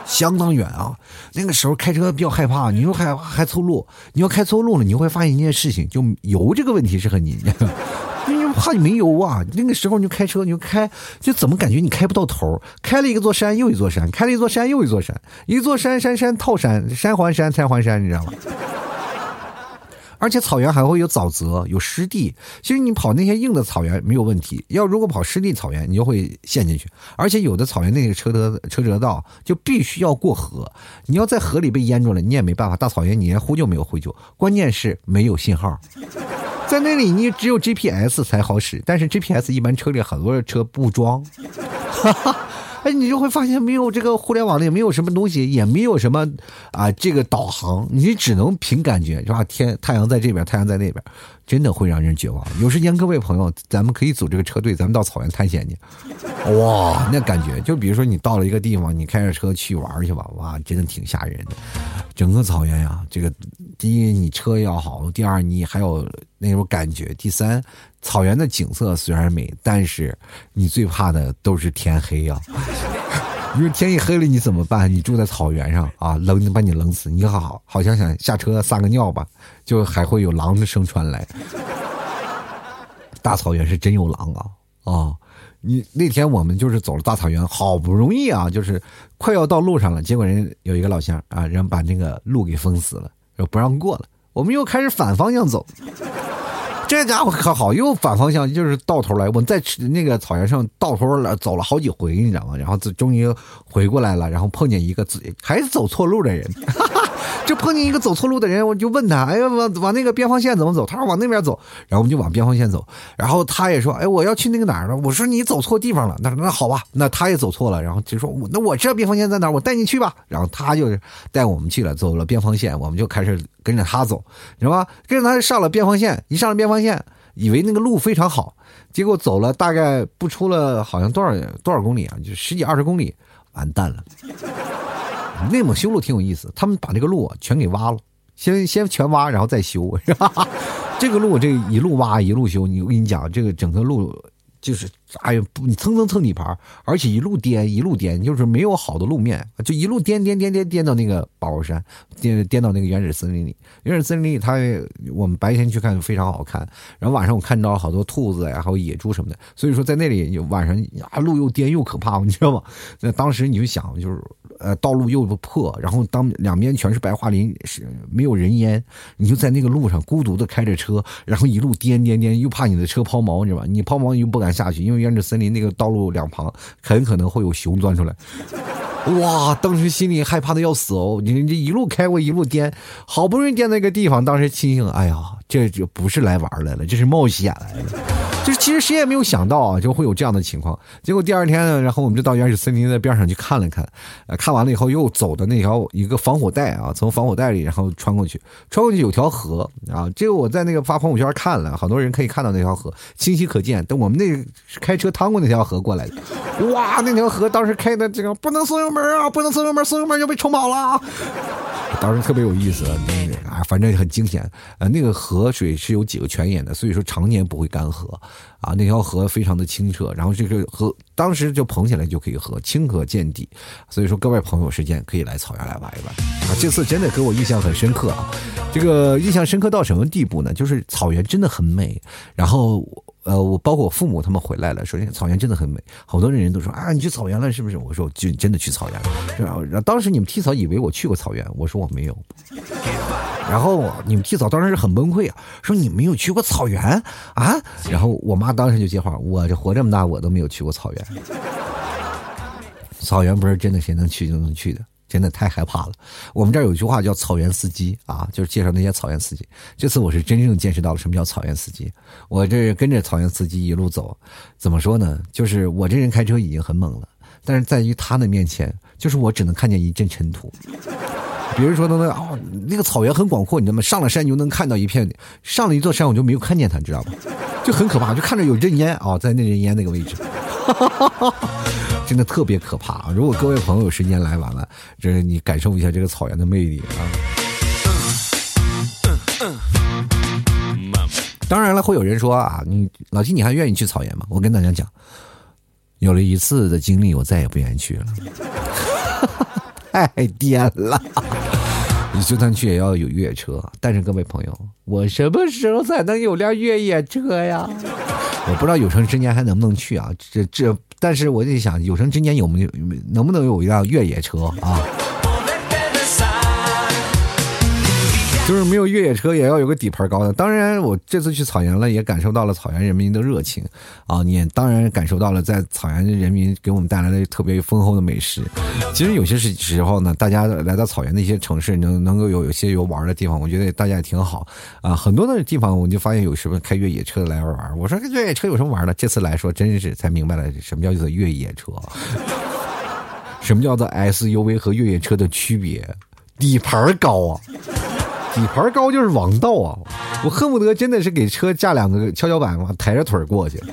相当远啊。那个时候开车比较害怕，你说还错路，你要开错路了，你会发现一件事情，就油这个问题是很你怕你没油啊。那个时候你就开车，你就开，就怎么感觉你开不到头，开了一座山又一座山，开了一座山又一座山，一座山套山，山环山山环山，你知道吗？而且草原还会有沼泽，有湿地。其实你跑那些硬的草原没有问题，如果跑湿地草原，你就会陷进去。而且有的草原那个车辙道就必须要过河，你要在河里被淹住了，你也没办法。大草原你连呼救没有呼救，关键是没有信号。在那里你只有 GPS 才好使，但是 GPS 一般车里很多车不装。哎，你就会发现没有这个互联网，也没有什么东西，也没有什么这个导航，你只能凭感觉，是吧？太阳在这边，太阳在那边，真的会让人绝望。有时间各位朋友，咱们可以组这个车队，咱们到草原探险去。哇，那感觉就比如说你到了一个地方，你开着车去玩去吧，哇，真的挺吓人的。整个草原呀，这个第一你车要好，第二你还有那种感觉，第三草原的景色虽然美，但是你最怕的都是天黑啊。因为天一黑了你怎么办？你住在草原上啊，把你冷死。你好像想下车撒个尿吧，就还会有狼的声传来。大草原是真有狼啊！你那天我们就是走了大草原，好不容易啊，就是快要到路上了，结果人有一个老乡啊，人把那个路给封死了，不让过了。我们又开始反方向走。这家伙可好，又反方向，就是到头来。我们在那个草原上到头来走了好几回，你知道吗？然后终于回过来了，然后碰见一个还是走错路的人。就碰见一个走错路的人，我就问他，哎呀，往那个边防线怎么走？他说往那边走，然后我们就往边防线走。然后他也说，哎，我要去那个哪儿了？我说你走错地方了。那好吧，那他也走错了。然后就说，那我知道边防线在哪儿，我带你去吧。然后他就带我们去了，走了边防线，我们就开始跟着他走，知道吧？跟着他上了边防线，一上了边防线，以为那个路非常好，结果走了大概不出了好像多少公里啊，就10几20公里，完蛋了。内蒙修路挺有意思，他们把这个路全给挖了，先全挖，然后再修。这个路这一路挖一路修，我跟你讲，这个整个路就是哎呀，你蹭底盘，而且一路颠，就是没有好的路面，就一路颠到那个宝宝山，颠到那个原始森林里。原始森林里我们白天去看非常好看，然后晚上我看到了好多兔子呀，还有野猪什么的。所以说在那里晚上路又颠又可怕，你知道吗？那当时你就想，就是道路又破，然后当两边全是白桦林，是没有人烟，你就在那个路上孤独的开着车，然后一路颠，又怕你的车抛锚，你知道吧？你抛锚你又不敢下去，因为原始森林那个道路两旁很可能会有熊钻出来。哇，当时心里害怕的要死哦！你这一路开过一路颠，好不容易颠那个地方，当时庆幸，哎呀，这就不是来玩来了，这是冒险来了。就是其实谁也没有想到啊，就会有这样的情况。结果第二天呢，然后我们就到原始森林的边上去看了看，看完了以后又走的那条一个防火带啊，从防火带里然后穿过去有条河啊，这个我在那个发朋友圈看了，好多人可以看到那条河清晰可见。等我们那个开车趟过那条河过来的，哇，那条河当时开的这个不能松油门啊，不能松油门，松油门就被冲跑了。当时特别有意思啊，反正很惊险。那个河水是有几个泉眼的，所以说常年不会干涸啊。那条河非常的清澈，然后这个河当时就捧起来就可以喝，清可见底。所以说各位朋友有时间可以来草原来玩一玩啊。这次真的给我印象很深刻啊。这个印象深刻到什么地步呢？就是草原真的很美。然后我包括我父母他们回来了，说草原真的很美，好多人都说啊，你去草原了是不是？我说我就真的去草原了。然后当时你们替草以为我去过草原，我说我没有。然后你们替草当时是很崩溃啊，说你没有去过草原啊？然后我妈当时就接话，我这活这么大我都没有去过草原。草原不是真的谁能去就能去的。真的太害怕了。我们这儿有一句话叫草原司机啊，就是介绍那些草原司机。这次我是真正见识到了什么叫草原司机。我这跟着草原司机一路走，怎么说呢？就是我这人开车已经很猛了，但是在于他的面前，就是我只能看见一阵尘土。比如说那个草原很广阔，你知道吗？上了山你就能看到一片，上了一座山我就没有看见它，知道吧？就很可怕，就看着有阵烟啊，在那阵烟那个位置。真的特别可怕啊！如果各位朋友有时间来玩玩，这是你感受一下这个草原的魅力啊。当然了，会有人说啊，老七你还愿意去草原吗？我跟大家讲，有了一次的经历，我再也不愿意去了。 太颠了。你就算去也要有越野车，但是各位朋友，我什么时候才能有辆越野车呀？我不知道有生之年还能不能去啊？但是我就想，有生之年能不能有一辆越野车啊？就是没有越野车也要有个底盘高的。当然我这次去草原了，也感受到了草原人民的热情啊，你也当然感受到了在草原的人民给我们带来的特别丰厚的美食。其实有些时候呢，大家来到草原的一些城市能够有些有玩的地方，我觉得大家也挺好啊。很多的地方我就发现有什么开越野车来玩，我说越野车有什么玩的？这次来说真是才明白了什么叫做越野车，什么叫做 SUV 和越野车的区别，底盘高啊。底盘高就是王道啊！我恨不得真的是给车架两个跷跷板嘛，抬着腿过去。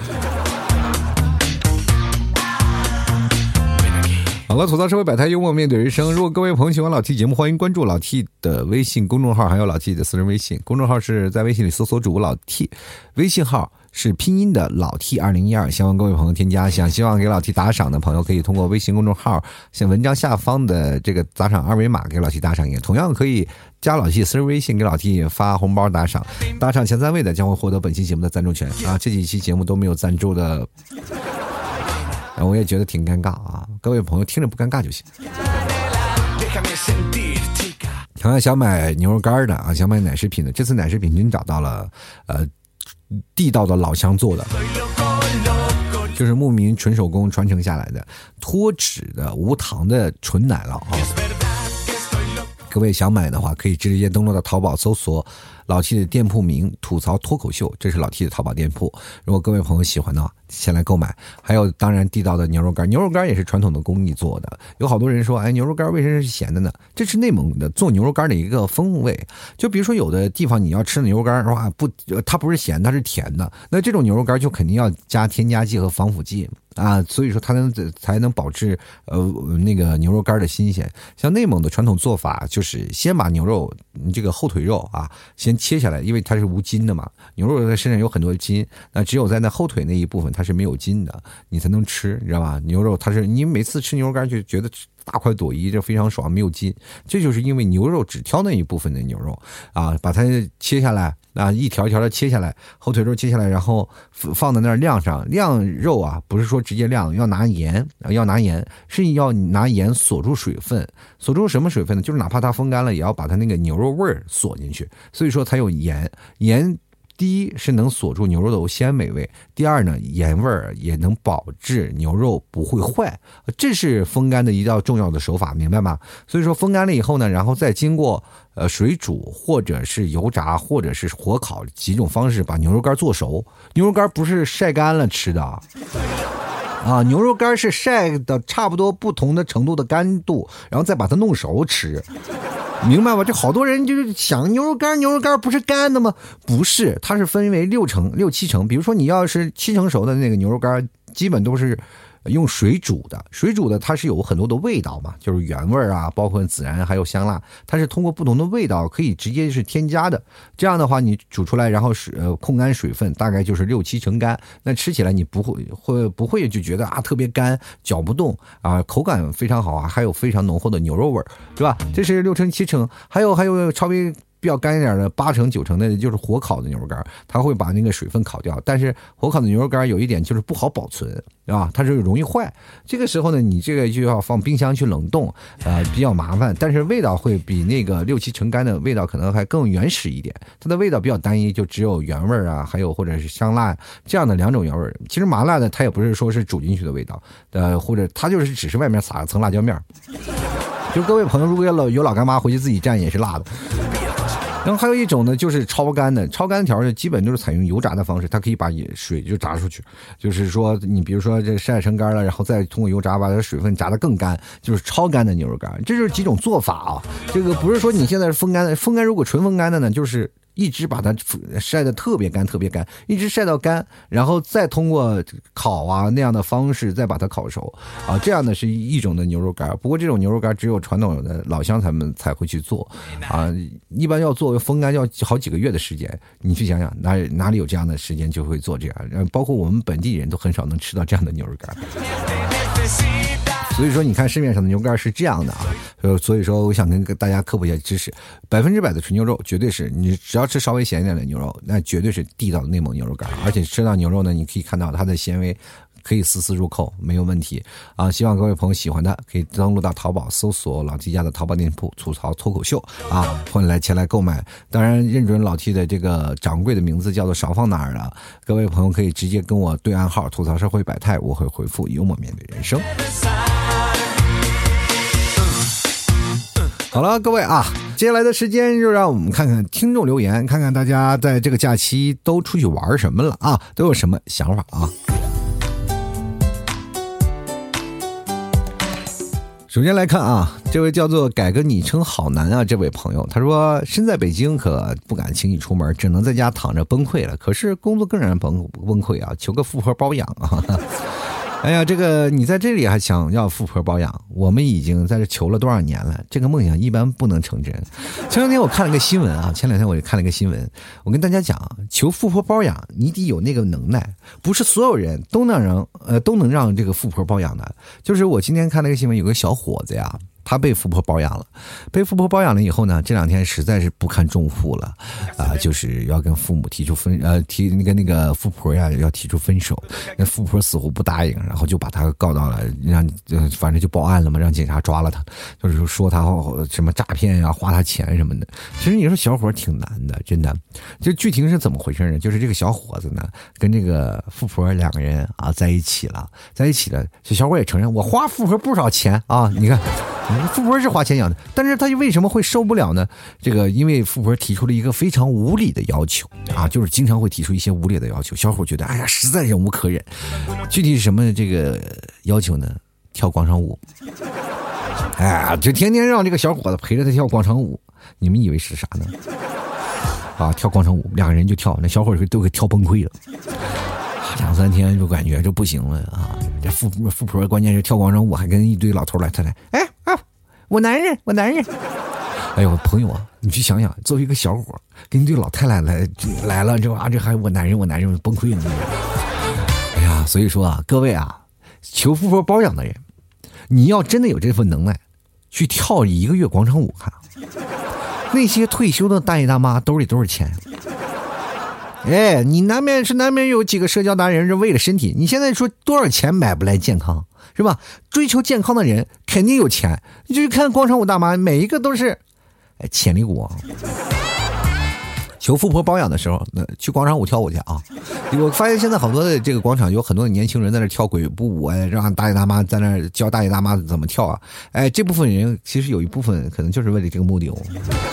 好了，吐槽社会百态，幽默面对人生。如果各位朋友喜欢老 T 节目，欢迎关注老 T 的微信公众号，还有老 T 的私人微信。公众号是在微信里搜索主播老 T， 微信号是拼音的老 T 2012，希望各位朋友添加。希望给老 T 打赏的朋友，可以通过微信公众号像文章下方的这个打赏二维码给老 T 打赏，也同样可以加老 T 私人微信给老 T 发红包打赏，打赏前3位的将会获得本期节目的赞助权啊！这几期节目都没有赞助的，我也觉得挺尴尬啊！各位朋友听着不尴尬就行。同样想买牛肉干的啊，想买奶食品的，这次奶食品真找到了地道的老乡做的，就是牧民纯手工传承下来的脱脂的无糖的纯奶酪啊。各位想买的话，可以直接登录到淘宝搜索老 T 的店铺名吐槽脱口秀，这是老 T 的淘宝店铺。如果各位朋友喜欢的话，先来购买。还有当然地道的牛肉干，牛肉干也是传统的工艺做的。有好多人说，哎，牛肉干为什么是咸的呢？这是内蒙的做牛肉干的一个风味。就比如说有的地方你要吃的牛肉干的话，它不是咸，它是甜的，那这种牛肉干就肯定要加添加剂和防腐剂啊，所以说它才能保持那个牛肉干的新鲜。像内蒙的传统做法就是先把牛肉这个后腿肉啊先切下来，因为它是无筋的嘛，牛肉在身上有很多筋，那只有在那后腿那一部分它是没有筋的，你才能吃，你知道吧？牛肉它是你每次吃牛肉干就觉得大快朵颐，这非常爽，没有筋，这就是因为牛肉只挑那一部分的牛肉啊，把它切下来啊，一条一条的切下来，后腿肉切下来，然后放在那儿晾上。晾肉啊，不是说直接晾，要拿盐，是要拿盐锁住水分。锁住什么水分呢？就是哪怕它风干了，也要把它那个牛肉味儿锁进去。所以说它有盐，第一是能锁住牛肉的鲜美味，第二呢，盐味儿也能保质牛肉不会坏，这是风干的一道重要的手法，明白吗？所以说风干了以后呢，然后再经过水煮或者是油炸或者是火烤几种方式把牛肉干做熟。牛肉干不是晒干了吃的啊，牛肉干是晒的差不多不同的程度的干度，然后再把它弄熟吃。明白吧？这好多人就是想牛肉干不是干的吗？不是，它是分为6、7成。比如说你要是7成熟的那个牛肉干，基本都是用水煮的它是有很多的味道嘛，就是原味啊，包括孜然还有香辣，它是通过不同的味道可以直接是添加的。这样的话你煮出来，然后控干水分，大概就是6、7成干，那吃起来你不会就觉得啊特别干，嚼不动啊，口感非常好啊，还有非常浓厚的牛肉味儿，是吧？这是6成7成，还有稍微比较干一点的8成9成的就是火烤的牛肉干，它会把那个水分烤掉，但是火烤的牛肉干有一点就是不好保存啊，它是容易坏。这个时候呢，你这个就要放冰箱去冷冻，比较麻烦，但是味道会比那个6、7成干的味道可能还更原始一点。它的味道比较单一，就只有原味啊，还有或者是香辣这样的2种原味。其实麻辣的它也不是说是煮进去的味道，或者它就是只是外面撒了层辣椒面。就各位朋友，如果有老干妈回去自己蘸也是辣的。然后还有一种呢，就是超干条的基本都是采用油炸的方式，它可以把水就炸出去，就是说你比如说这晒成干了，然后再通过油炸把它水分炸得更干，就是超干的牛肉干。这就是几种做法啊，这个不是说你现在是风干，如果纯风干的呢，就是一直把它晒得特别干，一直晒到干，然后再通过烤啊那样的方式再把它烤熟啊，这样的是一种的牛肉干。不过这种牛肉干只有传统的老乡才会去做啊，一般要做风干要好几个月的时间。你去想想哪里有这样的时间就会做这样，包括我们本地人都很少能吃到这样的牛肉干。 所以说你看市面上的牛肝是这样的啊，所以说我想跟大家科普一下知识，100%的纯牛肉绝对是你只要吃稍微咸一点的牛肉，那绝对是地道的内蒙牛肉干，而且吃到牛肉呢，你可以看到它的纤维可以丝丝入扣，没有问题啊！希望各位朋友喜欢的，可以登录到淘宝搜索老 T 家的淘宝店铺吐槽脱口秀啊，欢迎前来购买。当然认准老 T 的这个掌柜的名字叫做少放哪儿了，各位朋友可以直接跟我对暗号吐槽社会百态，我会回复幽默面对人生。好了，各位啊，接下来的时间就让我们看看听众留言，看看大家在这个假期都出去玩什么了啊，都有什么想法啊。首先来看啊，这位叫做改个昵称好难啊，这位朋友他说身在北京可不敢轻易出门，只能在家躺着崩溃了，可是工作更让人崩溃啊，求个富婆包养啊。哎呀，这个你在这里还想要富婆包养，我们已经在这求了多少年了，这个梦想一般不能成真。前两天我看了个新闻啊，前两天我也看了个新闻，我跟大家讲，求富婆包养你得有那个能耐，不是所有人都能让这个富婆包养的。就是我今天看了个新闻，有个小伙子呀，他被富婆包养了，被富婆包养了以后呢，这两天实在是不堪重负了啊，就是要跟父母提出提那个富婆呀要提出分手，那富婆死活不答应，然后就把他告到了，反正就报案了嘛，让警察抓了他，就是说他什么诈骗呀、花他钱什么的。其实你说小伙挺难的，真的。就具体是怎么回事呢？就是这个小伙子呢跟这个富婆两个人啊在一起了，这小伙也承认我花富婆不少钱啊，你看。富婆是花钱养的，但是他为什么会受不了呢？这个因为富婆提出了一个非常无理的要求啊，就是经常会提出一些无理的要求，小伙觉得哎呀实在忍无可忍。具体是什么这个要求呢？跳广场舞。哎呀，就天天让这个小伙子陪着他跳广场舞，你们以为是啥呢？啊，跳广场舞，两个人就跳，那小伙都给跳崩溃了。2-3天就感觉就不行了啊！这富婆关键是跳广场舞，还跟一堆老头来太太，哎啊，我男人。哎呦，朋友啊，你去想想，作为一个小伙，跟一堆老太太来了，这还我男人崩溃了。哎呀，所以说啊，各位啊，求富婆包养的人，你要真的有这份能耐，去跳1个月广场舞看，那些退休的大爷大妈兜里都是钱。哎，你难免有几个社交达人是为了身体，你现在说多少钱买不来健康，是吧？追求健康的人肯定有钱，你就去看广场舞大妈，每一个都是潜力股。求富婆包养的时候，去广场舞跳舞去啊！我发现现在好多的这个广场有很多的年轻人在那跳鬼步舞，让大爷大妈在那教大爷大妈怎么跳啊！哎，这部分人其实有一部分可能就是为了这个目的哦。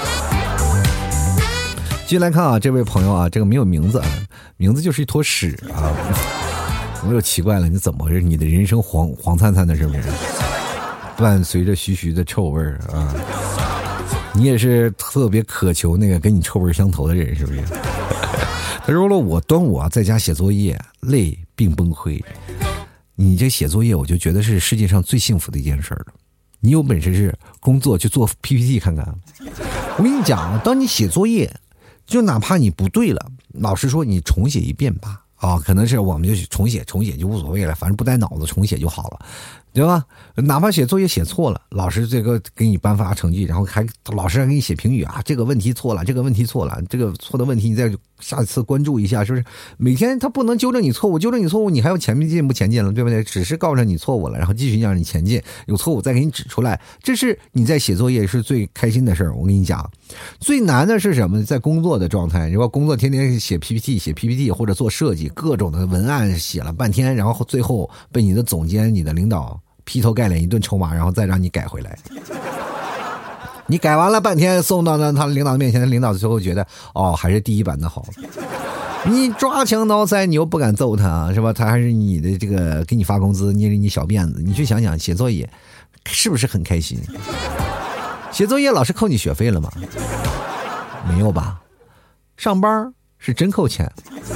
继续来看啊，这位朋友啊，这个没有名字，名字就是一坨屎啊！我又奇怪了，你怎么回事？你的人生黄灿灿的，是不是？伴随着徐徐的臭味啊！你也是特别渴求那个跟你臭味相投的人，是不是？他说了，我端午啊在家写作业，累并崩溃。你这写作业，我就觉得是世界上最幸福的一件事了。你有本事是工作去做 PPT 看看。我跟你讲，当你写作业。就哪怕你不对了，老师说你重写一遍吧，啊，可能是我们就重写就无所谓了，反正不带脑子重写就好了，对吧？哪怕写作业写错了，老师这个给你颁发成绩，然后老师还给你写评语啊，这个问题错了，这个错的问题你再下次关注一下，是不是？每天他不能纠正你错误，你还要前进不前进了，对不对？只是告诉你错误了，然后继续让你前进，有错误再给你指出来，这是你在写作业是最开心的事儿。我跟你讲，最难的是什么？在工作的状态，如果工作天天写 PPT 或者做设计，各种的文案写了半天，然后最后被你的总监、你的领导劈头盖脸一顿臭骂，然后再让你改回来。你改完了半天送到他领导面前，领导最后觉得还是第一版的好。你抓枪挠腮你又不敢揍他，是吧？他还是你的这个给你发工资，捏着你小辫子。你去想想写作业是不是很开心？写作业老师扣你学费了吗？没有吧？上班是真扣钱。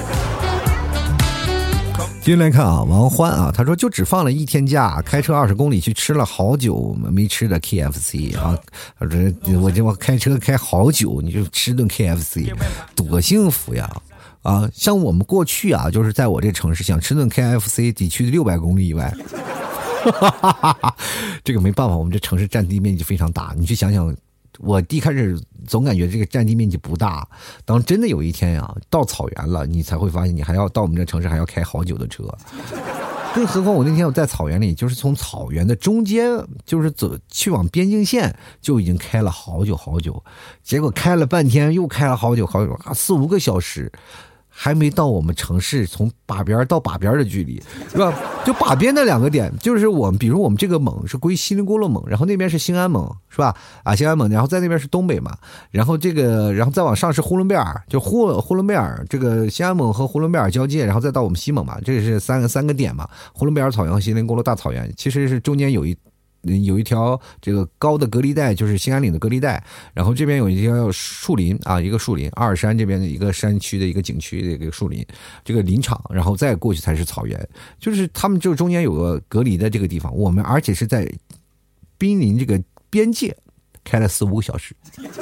继续来看啊，王欢啊，他说就只放了1天假，开车20公里去吃了好久没吃的 KFC 啊！我开车开好久，你就吃顿 KFC， 多幸福呀！啊，像我们过去啊，就是在我这城市想吃顿 KFC 得去600公里以外。 这个没办法，我们这城市占地面积非常大，你去想想。我一开始总感觉这个占地面积不大，当真的有一天呀，到草原了，你才会发现你还要到我们这城市还要开好久的车。更何况我那天我在草原里，就是从草原的中间，就是走去往边境线，就已经开了好久好久，结果开了半天，又开了好久好久，4-5个小时。还没到我们城市从把边到把边的距离，是吧？就把边的2个点，就是我们，比如我们这个盟是归锡林郭勒盟，然后那边是兴安盟，是吧？啊，兴安盟，然后在那边是东北嘛，然后然后再往上是呼伦贝尔，就呼伦贝尔这个兴安盟和呼伦贝尔交界，然后再到我们西盟嘛，这是三个点嘛。呼伦贝尔草原和锡林郭勒大草原，其实是中间有一条这个高的隔离带，就是兴安岭的隔离带，然后这边有一条树林啊，一个树林，阿尔山这边的一个山区的一个景区的一个树林，这个林场，然后再过去才是草原，就是他们就中间有个隔离的这个地方，我们而且是在濒临这个边界开了4-5个小时，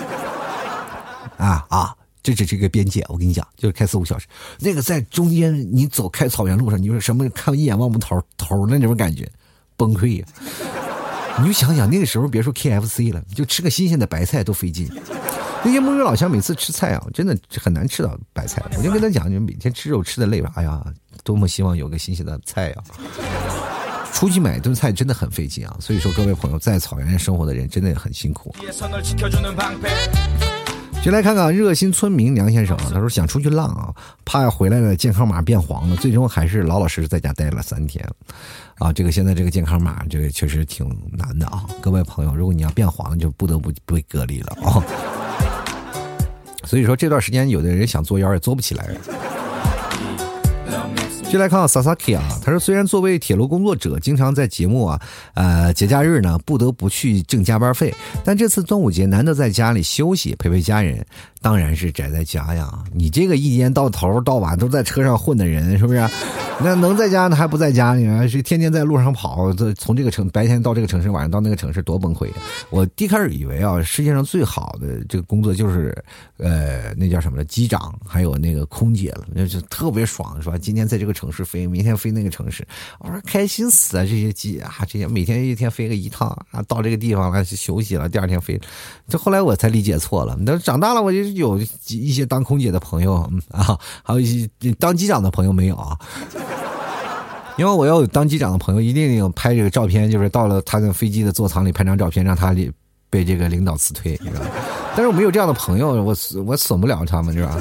这只是一个边界，我跟你讲，就是开4-5小时，那个在中间你走开草原路上，你说什么看一眼望不头的那种感觉，崩溃呀！你就想想那个时候，别说 KFC 了，就吃个新鲜的白菜都费劲。那些牧民老乡每次吃菜啊，真的很难吃到白菜。我就跟他讲，你每天吃肉吃的累吧，哎呀，多么希望有个新鲜的菜啊！出去买顿菜真的很费劲啊。所以说，各位朋友在草原上生活的人真的很辛苦。就来看看热心村民梁先生啊，他说想出去浪啊，怕回来了健康码变黄了，最终还是老老实实在家待了3天。啊，这个现在这个健康码这个确实挺难的啊，各位朋友，如果你要变黄，就不得不被隔离了啊。所以说这段时间有的人想作妖也做不起来。就来看看 Sasaki 啊，他说虽然作为铁路工作者，经常在节目节假日呢不得不去挣加班费，但这次端午节难得在家里休息陪陪家人，当然是宅在家呀。你这个一天到头到晚都在车上混的人，是不是？那能在家呢还不在家呢？是天天在路上跑，从这个白天到这个城市，晚上到那个城市，多崩溃啊！我一开始以为啊，世界上最好的这个工作就是那叫什么呢？机长还有那个空姐了，就特别爽，是吧？今天在这个城市飞，明天飞那个城市，我说开心死啊！这些机啊，这些每天一天飞个1趟啊，到这个地方了休息了，第2天飞。这后来我才理解错了。但长大了，我就有一些当空姐的朋友啊，还有一些当机长的朋友没有啊。因为我要有当机长的朋友，一定有拍这个照片，就是到了他的飞机的座舱里拍张照片，让他被这个领导辞退，你知道吗？但是我没有这样的朋友，我损不了他们，是吧？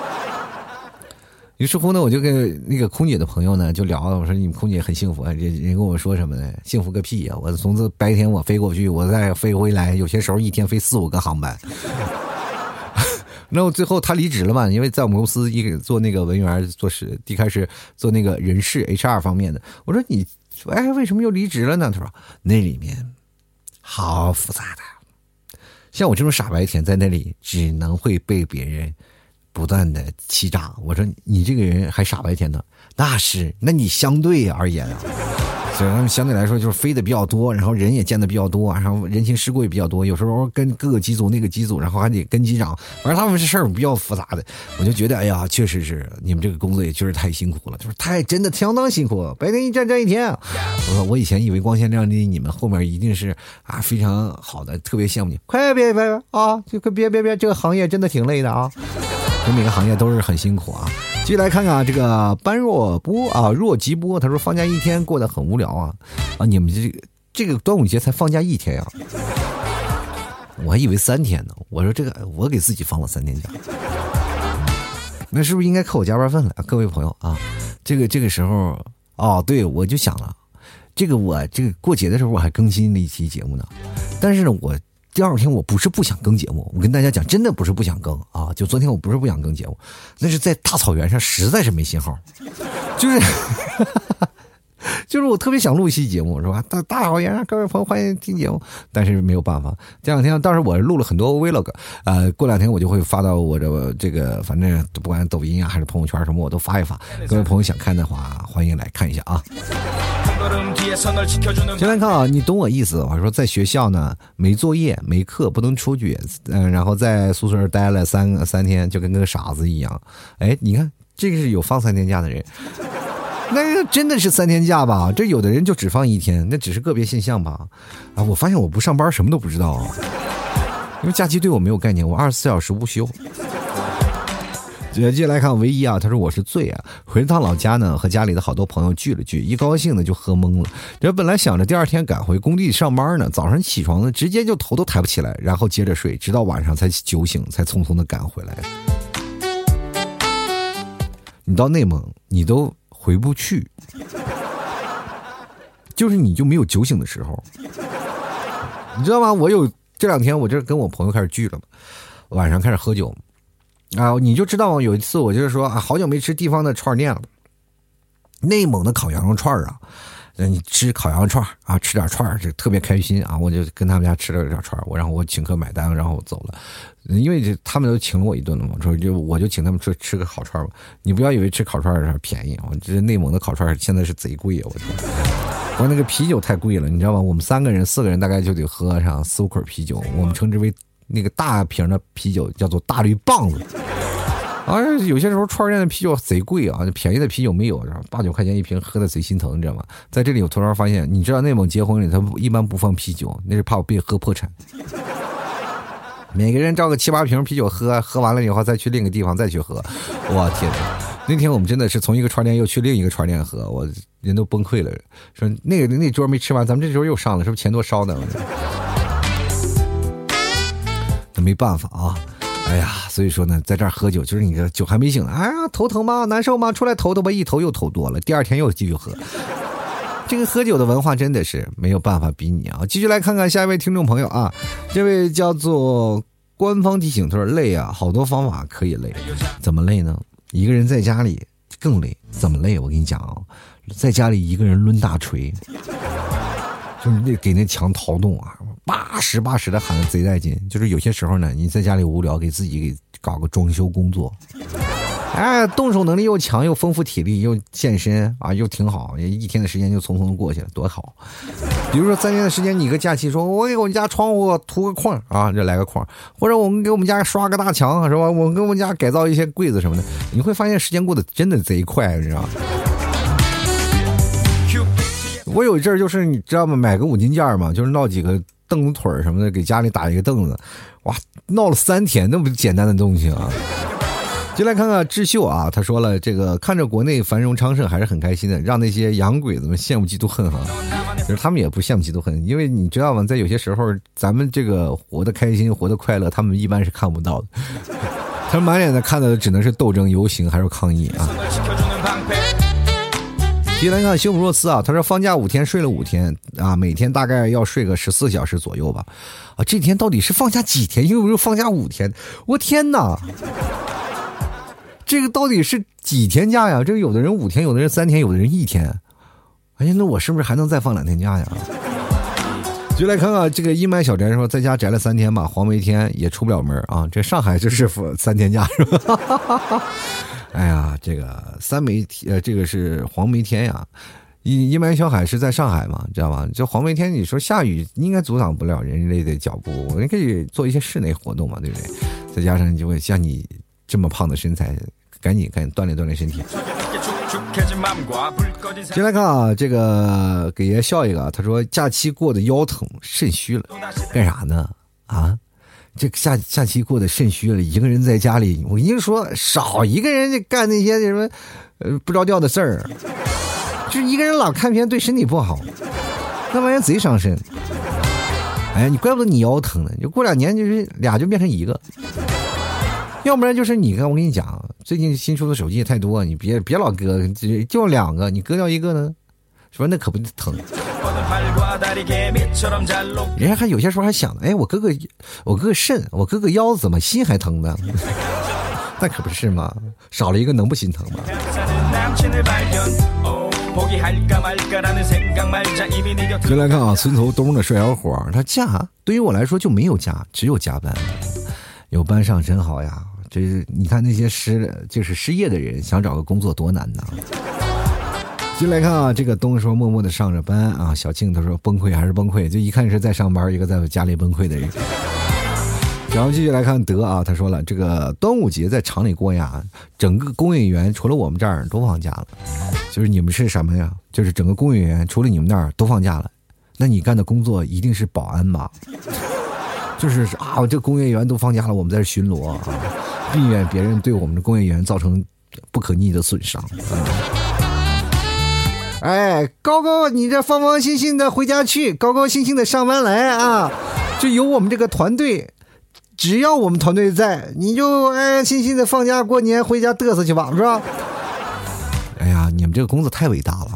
于是乎呢，我就跟那个空姐的朋友呢就聊，我说你们空姐很幸福啊，人跟我说什么呢？幸福个屁呀！我从这白天我飞过去，我再飞回来，有些时候一天飞4-5个航班。然后最后他离职了嘛，因为在我们公司做那个文员，一开始做那个人事 HR 方面的。我说你为什么又离职了呢？他说那里面好复杂的，像我这种傻白甜在那里只能会被别人不断的欺诈。我说你这个人还傻白甜呢？那你相对而言啊，所以他们相对来说就是飞的比较多，然后人也见的比较多，然后人情世故也比较多，有时候跟各个机组那个机组，然后还得跟机长，反正他们是事儿比较复杂的。我就觉得哎呀，确实是你们这个工作也确实太辛苦了，就是真的相当辛苦，白天一站一天。我说我以前以为光鲜亮丽，你们后面一定是非常好的，特别羡慕你。快别啊，就别，这个行业真的挺累的啊，每个行业都是很辛苦啊。继续来看看这个般若吉波，他说放假1天过得很无聊啊，你们这个端午节才放假1天啊，我还以为3天呢。我说这个我给自己放了3天假，那是不是应该扣我加班费了？各位朋友啊，这个时候对，我就想了，我这个过节的时候我还更新了一期节目呢，但是呢我第2天我不是不想更节目，我跟大家讲，真的不是不想更啊！就昨天我不是不想更节目，那是在大草原上实在是没信号，就是我特别想录一期节目，是吧？大草原上各位朋友欢迎听节目，但是没有办法。这2天当时我录了很多 vlog， 过2天我就会发到我的这个，反正不管抖音还是朋友圈什么，我都发一发。各位朋友想看的话，欢迎来看一下啊。先来看啊，你懂我意思。我说在学校呢，没作业没课，不能出去，然后在宿舍待了三天，就跟个傻子一样。哎，你看这个是有放3天假的人。 那个真的是3天假吧？这有的人就只放1天，那只是个别现象吧？啊，我发现我不上班什么都不知道啊，因为假期对我没有概念，我24小时无休。接下来看唯一啊，他说我是醉啊，回了趟老家呢，和家里的好多朋友聚了聚，一高兴呢就喝懵了。这本来想着第2天赶回工地上班呢，早上起床呢直接就头都抬不起来，然后接着睡，直到晚上才酒醒，才匆匆的赶回来。你到内蒙你都回不去，就是你就没有酒醒的时候，你知道吗？我有这2天我这跟我朋友开始聚了嘛，晚上开始喝酒。啊，你就知道吗？有一次我就是说啊，好久没吃地方的串店了，内蒙的烤羊肉串啊，你吃烤羊肉串啊，吃点串这特别开心啊！我就跟他们家吃了点串，然后我请客买单，然后我走了，因为他们都请了我一顿了嘛，说我就请他们吃个烤串吧。你不要以为吃烤串便宜啊，这内蒙的烤串现在是贼贵啊！我天，光那个啤酒太贵了，你知道吗？我们4个人大概就得喝上4-5捆啤酒，我们称之为那个大瓶的啤酒叫做大绿棒子。而有些时候串店的啤酒贼贵啊，便宜的啤酒没有，8-9块钱一瓶，喝的贼心疼，你知道吗？在这里我突然发现，你知道内蒙结婚里他一般不放啤酒，那是怕我被喝破产。每个人照个7-8瓶啤酒喝完了以后再去另一个地方再去喝。我天哪！那天我们真的是从一个串店又去另一个串店喝，我人都崩溃了，说那桌没吃完，咱们这桌又上了，是不是钱多烧的？那没办法啊。哎呀，所以说呢，在这儿喝酒，就是你这酒还没醒，哎呀，头疼吗？难受吗？出来投吧，一投又投多了，第2天又继续喝。这个喝酒的文化真的是没有办法比拟啊！继续来看看下一位听众朋友啊，这位叫做官方提醒，他说累啊，好多方法可以累，怎么累呢？一个人在家里更累，怎么累？我跟你讲啊，在家里一个人抡大锤，就是给那墙掏洞啊。80的喊得贼带劲，就是有些时候呢，你在家里无聊，给自己给搞个装修工作，哎，动手能力又强，又丰富体力，又健身啊，又挺好，1天的时间就匆匆过去了，多好。比如说3天的时间，你一个假期，说我给我们家窗户涂个框啊，这来个框，或者我们给我们家刷个大墙，是吧？我们给我们家改造一些柜子什么的，你会发现时间过得真的贼快，你知道吗？我有一阵就是你知道吗？买个5金件嘛，就是闹几个凳子腿什么的，给家里打一个凳子，哇，闹了3天，那么简单的东西啊！就来看看智秀啊，他说了，这个看着国内繁荣昌盛还是很开心的，让那些洋鬼子们羡慕嫉妒恨哈。就是他们也不羡慕嫉妒恨，因为你知道吗？在有些时候，咱们这个活得开心、活得快乐，他们一般是看不到的。他们满脸的看到的只能是斗争、游行还是抗议啊。接来看修普若斯啊，他说放假5天睡了5天啊，每天大概要睡个14小时左右吧。啊，这天到底是放假几天？又放假5天？我天哪！这个到底是几天假呀？这个有的人5天，有的人3天，有的人1天。哎呀，那我是不是还能再放2天假呀？就来看看这个阴霾小宅说，在家宅了3天吧，黄梅天也出不了门啊。这上海就是3天假是吧？哎呀，这个这个是黄梅天呀。阴霾小海是在上海嘛，知道吧？这黄梅天，你说下雨应该阻挡不了人类的脚步，我们可以做一些室内活动嘛，对不对？再加上你就会像你这么胖的身材，赶紧锻炼锻炼身体。先来看啊，这个给爷笑一个，他说假期过得腰疼肾虚了，干啥呢？啊？这个假期过得肾虚了，一个人在家里，我跟你说，少一个人就干那些什么不着调的事儿，就是一个人老看片对身体不好，那玩意儿贼伤身。哎，你怪不得你腰疼呢，就过2年就是俩就变成一个，要不然就是你看我跟你讲，最近新出的手机也太多，你别老割，就2个，你割掉1个呢，是吧？那可不疼。人家还有些时候还想，哎，我割个肾，我割个腰，怎么心还疼呢？那可不是吗？少了一个能不心疼吗？就来看啊，村头东的帅小伙，他假对于我来说就没有假，只有加班。有班上真好呀！这是你看那些失业的人想找个工作多难呢。进来看啊，这个东说默默的上着班啊，小庆他说崩溃还是崩溃，就一看是在上班，一个在家里崩溃的人。 然后继续来看德啊，他说了，这个端午节在厂里过呀，整个工业园除了我们这儿都放假了。就是你们是什么呀？就是整个工业园除了你们那儿都放假了，那你干的工作一定是保安吧？就是啊，这工业园都放假了，我们在这巡逻啊，避免别人对我们的工业园造成不可逆的损伤。哎，高高，你这放放心心的回家去，高高兴兴的上班来啊！就有我们这个团队，只要我们团队在，你就安安心心的放假过年回家嘚瑟去吧，是吧？哎呀，你们这个工作太伟大了。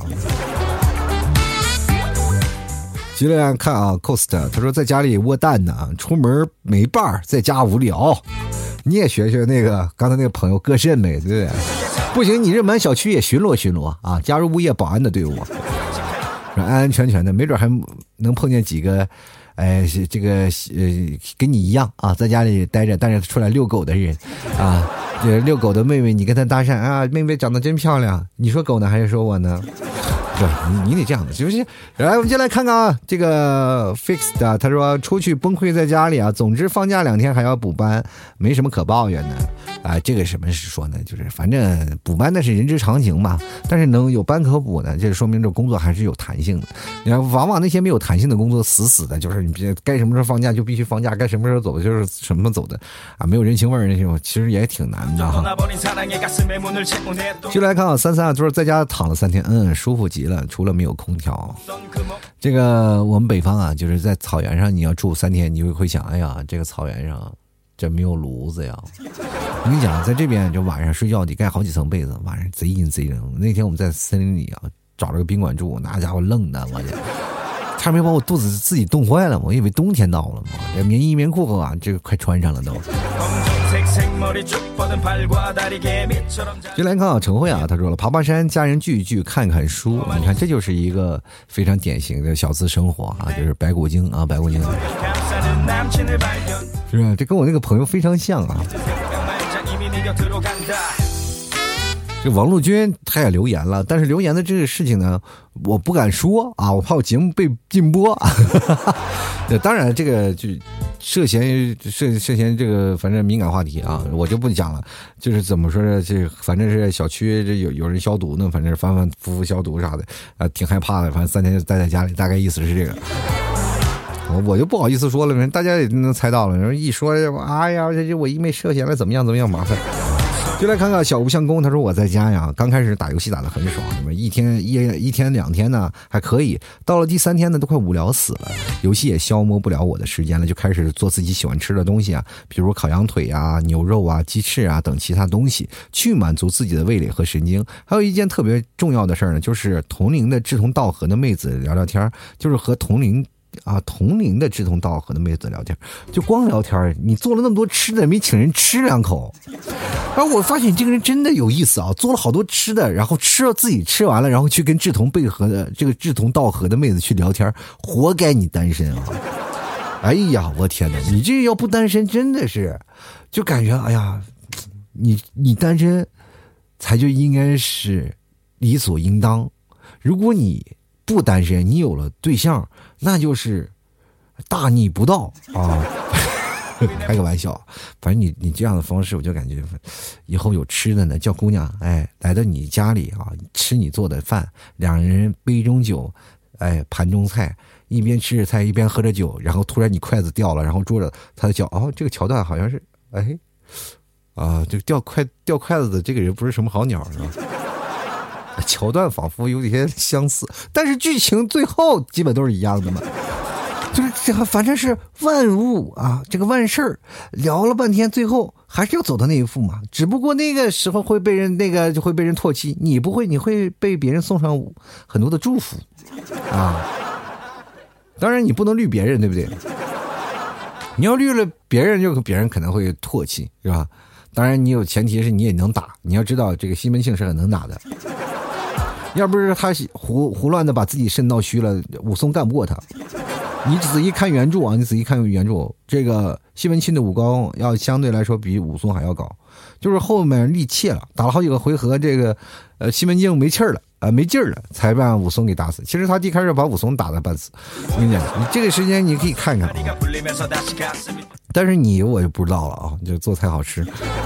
接着看啊 ，Cost 他说在家里窝蛋呢，出门没伴儿，在家无聊。你也学学那个刚才那个朋友割肾呗，对不对？不行，你这满小区也巡逻巡逻啊，加入物业保安的队伍，安安全全的，没准还能碰见几个，这个跟你一样啊，在家里待着，但是出来遛狗的人啊，这遛狗的妹妹，你跟她搭讪啊，妹妹长得真漂亮，你说狗呢还是说我呢？对，你得这样的，是不是？来，我们先来看看啊，这个 Fixed 啊，他说出去崩溃在家里啊，总之放假2天还要补班，没什么可抱怨的啊。这个什么是说呢？就是反正补班那是人之常情嘛，但是能有班可补呢，这说明这工作还是有弹性的。你看，往往那些没有弹性的工作，死的，就是你该什么时候放假就必须放假，该什么时候走就是什么走的啊，没有人情味儿那种，其实也挺难的哈。就来看啊，33啊，就是在家躺了3天，舒服极了。除了没有空调，这个我们北方啊，就是在草原上，你要住3天，你就会想，哎呀，这个草原上这没有炉子呀。我跟你讲，在这边就晚上睡觉得盖好几层被子，晚上贼阴贼冷。那天我们在森林里啊，找了个宾馆住，那家伙愣的，我差点把我肚子自己冻坏了，我以为冬天到了嘛，这棉衣棉裤啊，这个快穿上了都。就来看啊，陈慧啊，他说了，爬山，家人聚一聚，看看书。你看，这就是一个非常典型的小资生活啊，就是白骨精啊，白骨精，是吧？这跟我那个朋友非常像啊。这王陆军他也留言了，但是留言的这个事情呢，我不敢说啊，我怕我节目被禁播。当然，这个就涉嫌这个反正敏感话题啊，我就不讲了。就是怎么说呢？这反正是小区这有人消毒呢，反正反反复复消毒啥的啊，挺害怕的。反正3天就待在家里，大概意思是这个。我就不好意思说了，大家也能猜到了。然后一说，哎呀，这我因为涉嫌了怎么样麻烦。就来看看小吴相公，他说我在家呀，刚开始打游戏打得很爽，一天2天呢还可以，到了第3天呢都快无聊死了，游戏也消磨不了我的时间了，就开始做自己喜欢吃的东西啊，比如烤羊腿啊、牛肉啊、鸡翅啊等其他东西，去满足自己的味蕾和神经。还有一件特别重要的事呢，就是同龄的志同道合的妹子聊聊天，就是和同龄的志同道合的妹子聊天，就光聊天，你做了那么多吃的，没请人吃2口。而我发现这个人真的有意思啊，做了好多吃的，然后自己吃完了，然后去跟志同道合的妹子去聊天，活该你单身啊！哎呀，我天哪，你这要不单身真的是，就感觉哎呀，你单身才就应该是理所应当。如果你不单身，你有了对象，那就是大逆不道啊！开个玩笑，反正你这样的方式，我就感觉以后有吃的呢，叫姑娘来到你家里啊，吃你做的饭，2人杯中酒，盘中菜，一边吃着菜一边喝着酒，然后突然你筷子掉了，然后捉着他的脚，这个桥段好像是这个掉筷子的这个人不是什么好鸟，是吧？桥段仿佛有点相似，但是剧情最后基本都是一样的嘛。就是这个，反正是万物啊，这个万事儿聊了半天，最后还是要走到那一步嘛。只不过那个时候会被人就会被人唾弃，你不会，你会被别人送上很多的祝福啊。当然你不能绿别人，对不对？你要绿了别人，就别人可能会唾弃，是吧？当然你有前提是你也能打，你要知道这个西门庆是很能打的。要不是他胡乱的把自己肾闹虚了，武松干不过他。 你仔细看原著啊，这个西门庆的武功要相对来说比武松还要高，就是后面力气了，打了好几个回合，这个西门庆没气儿了。没劲儿了，才把武松给打死。其实他一开始把武松打得半死。我跟你讲，你这个时间你可以看看，但是我就不知道了啊，就做菜好吃。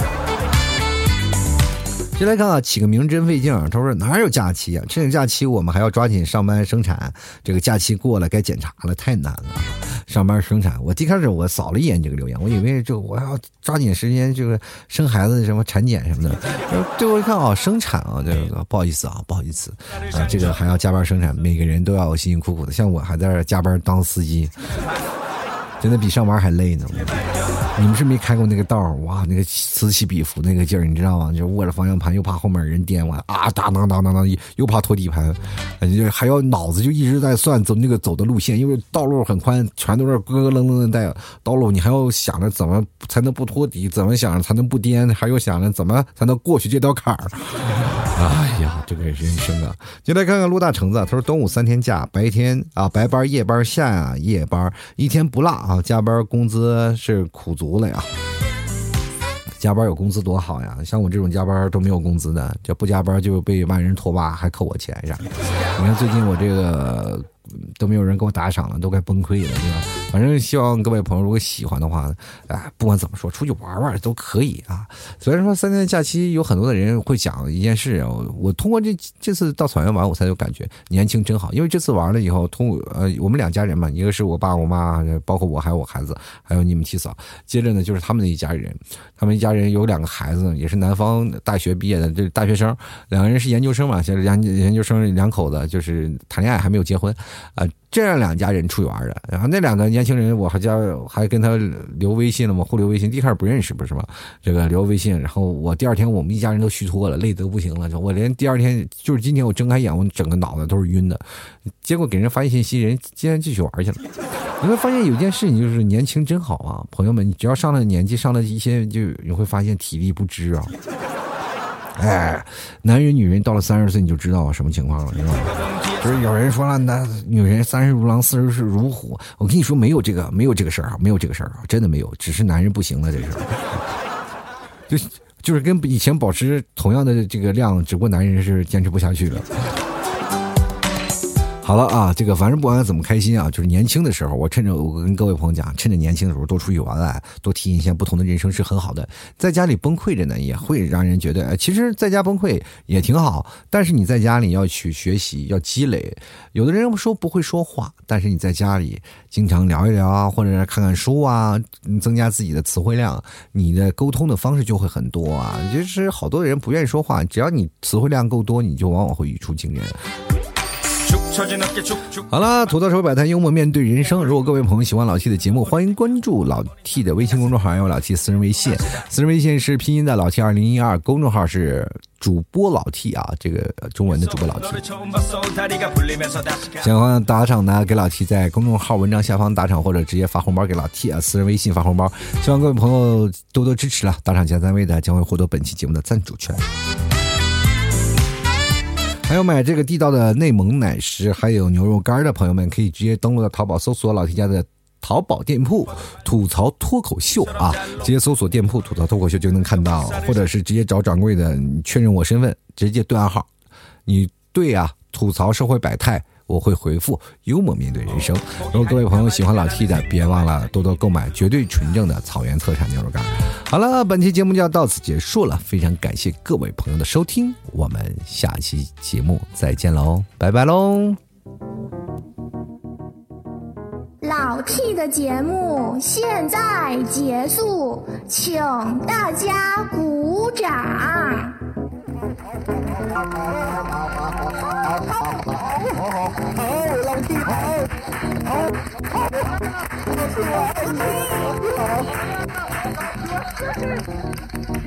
先来看啊，起个名真费劲。他说哪有假期啊？这个假期我们还要抓紧上班生产，这个假期过了该检查了，太难了。上班生产，我一开始我扫了一眼这个留言，我以为我要抓紧时间这个生孩子什么产检什么的。最后一看啊，生产啊，这个不好意思啊，这个还要加班生产，每个人都要辛辛苦苦的，像我还在这加班当司机。真的比上班还累呢。你们是没开过那个道，哇，那个此起彼伏那个劲儿，你知道吗？就握着方向盘，又怕后面人颠我啊，当，又怕拖底盘，还要脑子就一直在算走的路线，因为道路很宽，全都是咯咯楞楞的带道路，你还要想着怎么才能不拖底，怎么想着才能不颠，还有想着怎么才能过去这道坎儿。哎呀，这个人生啊！就来看看陆大橙子，他说端午3天假，白天啊白班夜班下夜班，1天不落啊，加班工资是苦足了呀。加班有工资多好呀，像我这种加班都没有工资的，这不加班就被万人唾骂，还扣我钱啥的。你看最近我这个都没有人给我打赏了，都该崩溃了，对吧？反正希望各位朋友如果喜欢的话，不管怎么说，出去玩玩都可以啊。虽然说3天的假期有很多的人会讲一件事，我通过这次到草原玩，我才有感觉年轻真好。因为这次玩了以后，我们2家人嘛，一个是我爸我妈，包括我还有我孩子，还有你们七嫂。接着呢就是他们的一家人，他们一家人有2个孩子，也是南方大学毕业的，这大学生，2个人是研究生嘛，现在研究生2口子就是谈恋爱还没有结婚啊。这样2家人出去玩的，然后那2个年轻人，我还跟他留微信了嘛，互留微信。一开始不认识，不是吗？这个留微信，然后我第2天我们一家人都虚脱了，累得不行了。我连第2天就是今天我睁开眼，我整个脑袋都是晕的。结果给人发信息，人竟然继续玩去了。你会发现有件事情，就是年轻真好啊，朋友们，你只要上了年纪，上了一些，就你会发现体力不支啊。男人女人到了30岁你就知道什么情况了，知道吗？就是有人说了，那女人30如狼，40如虎。我跟你说，没有这个事儿啊，没有这个事儿啊，真的没有，只是男人不行了，这事儿。就是跟以前保持同样的这个量，只不过男人是坚持不下去了。好了啊，这个反正不管怎么开心啊，就是年轻的时候，我跟各位朋友讲，趁着年轻的时候多出去玩，多体验一些不同的人生是很好的。在家里崩溃着呢，也会让人觉得，其实在家崩溃也挺好。但是你在家里要去学习，要积累。有的人说不会说话，但是你在家里经常聊一聊啊，或者是看看书啊，增加自己的词汇量，你的沟通的方式就会很多啊。就是好多人不愿意说话，只要你词汇量够多，你就往往会语出惊人。好了，土豆手摆摊幽默面对人生。如果各位朋友喜欢老 T 的节目，欢迎关注老 T 的微信公众号，还有老 T 私人微信。私人微信是拼音的老 T 2012，公众号是主播老 T 啊，这个中文的主播老 T。想欢打赏呢，给老 T 在公众号文章下方打赏，或者直接发红包给老 T 啊，私人微信发红包。希望各位朋友多多支持了，打赏前3位的将会获得本期节目的赞助权。还有买这个地道的内蒙奶食还有牛肉干的朋友们，可以直接登录到淘宝搜索老 T 家的淘宝店铺吐槽脱口秀啊，直接搜索店铺吐槽脱口秀就能看到，或者是直接找掌柜的确认我身份，直接对暗号，你对啊吐槽社会百态，我会回复幽默面对人生。如果各位朋友喜欢老 T 的，别忘了多多购买绝对纯正的草原特产牛肉干。好了，本期节目就要到此结束了，非常感谢各位朋友的收听，我们下期节目再见喽，拜拜喽。 老 T 的节目现在结束，请大家鼓掌。老 T 好。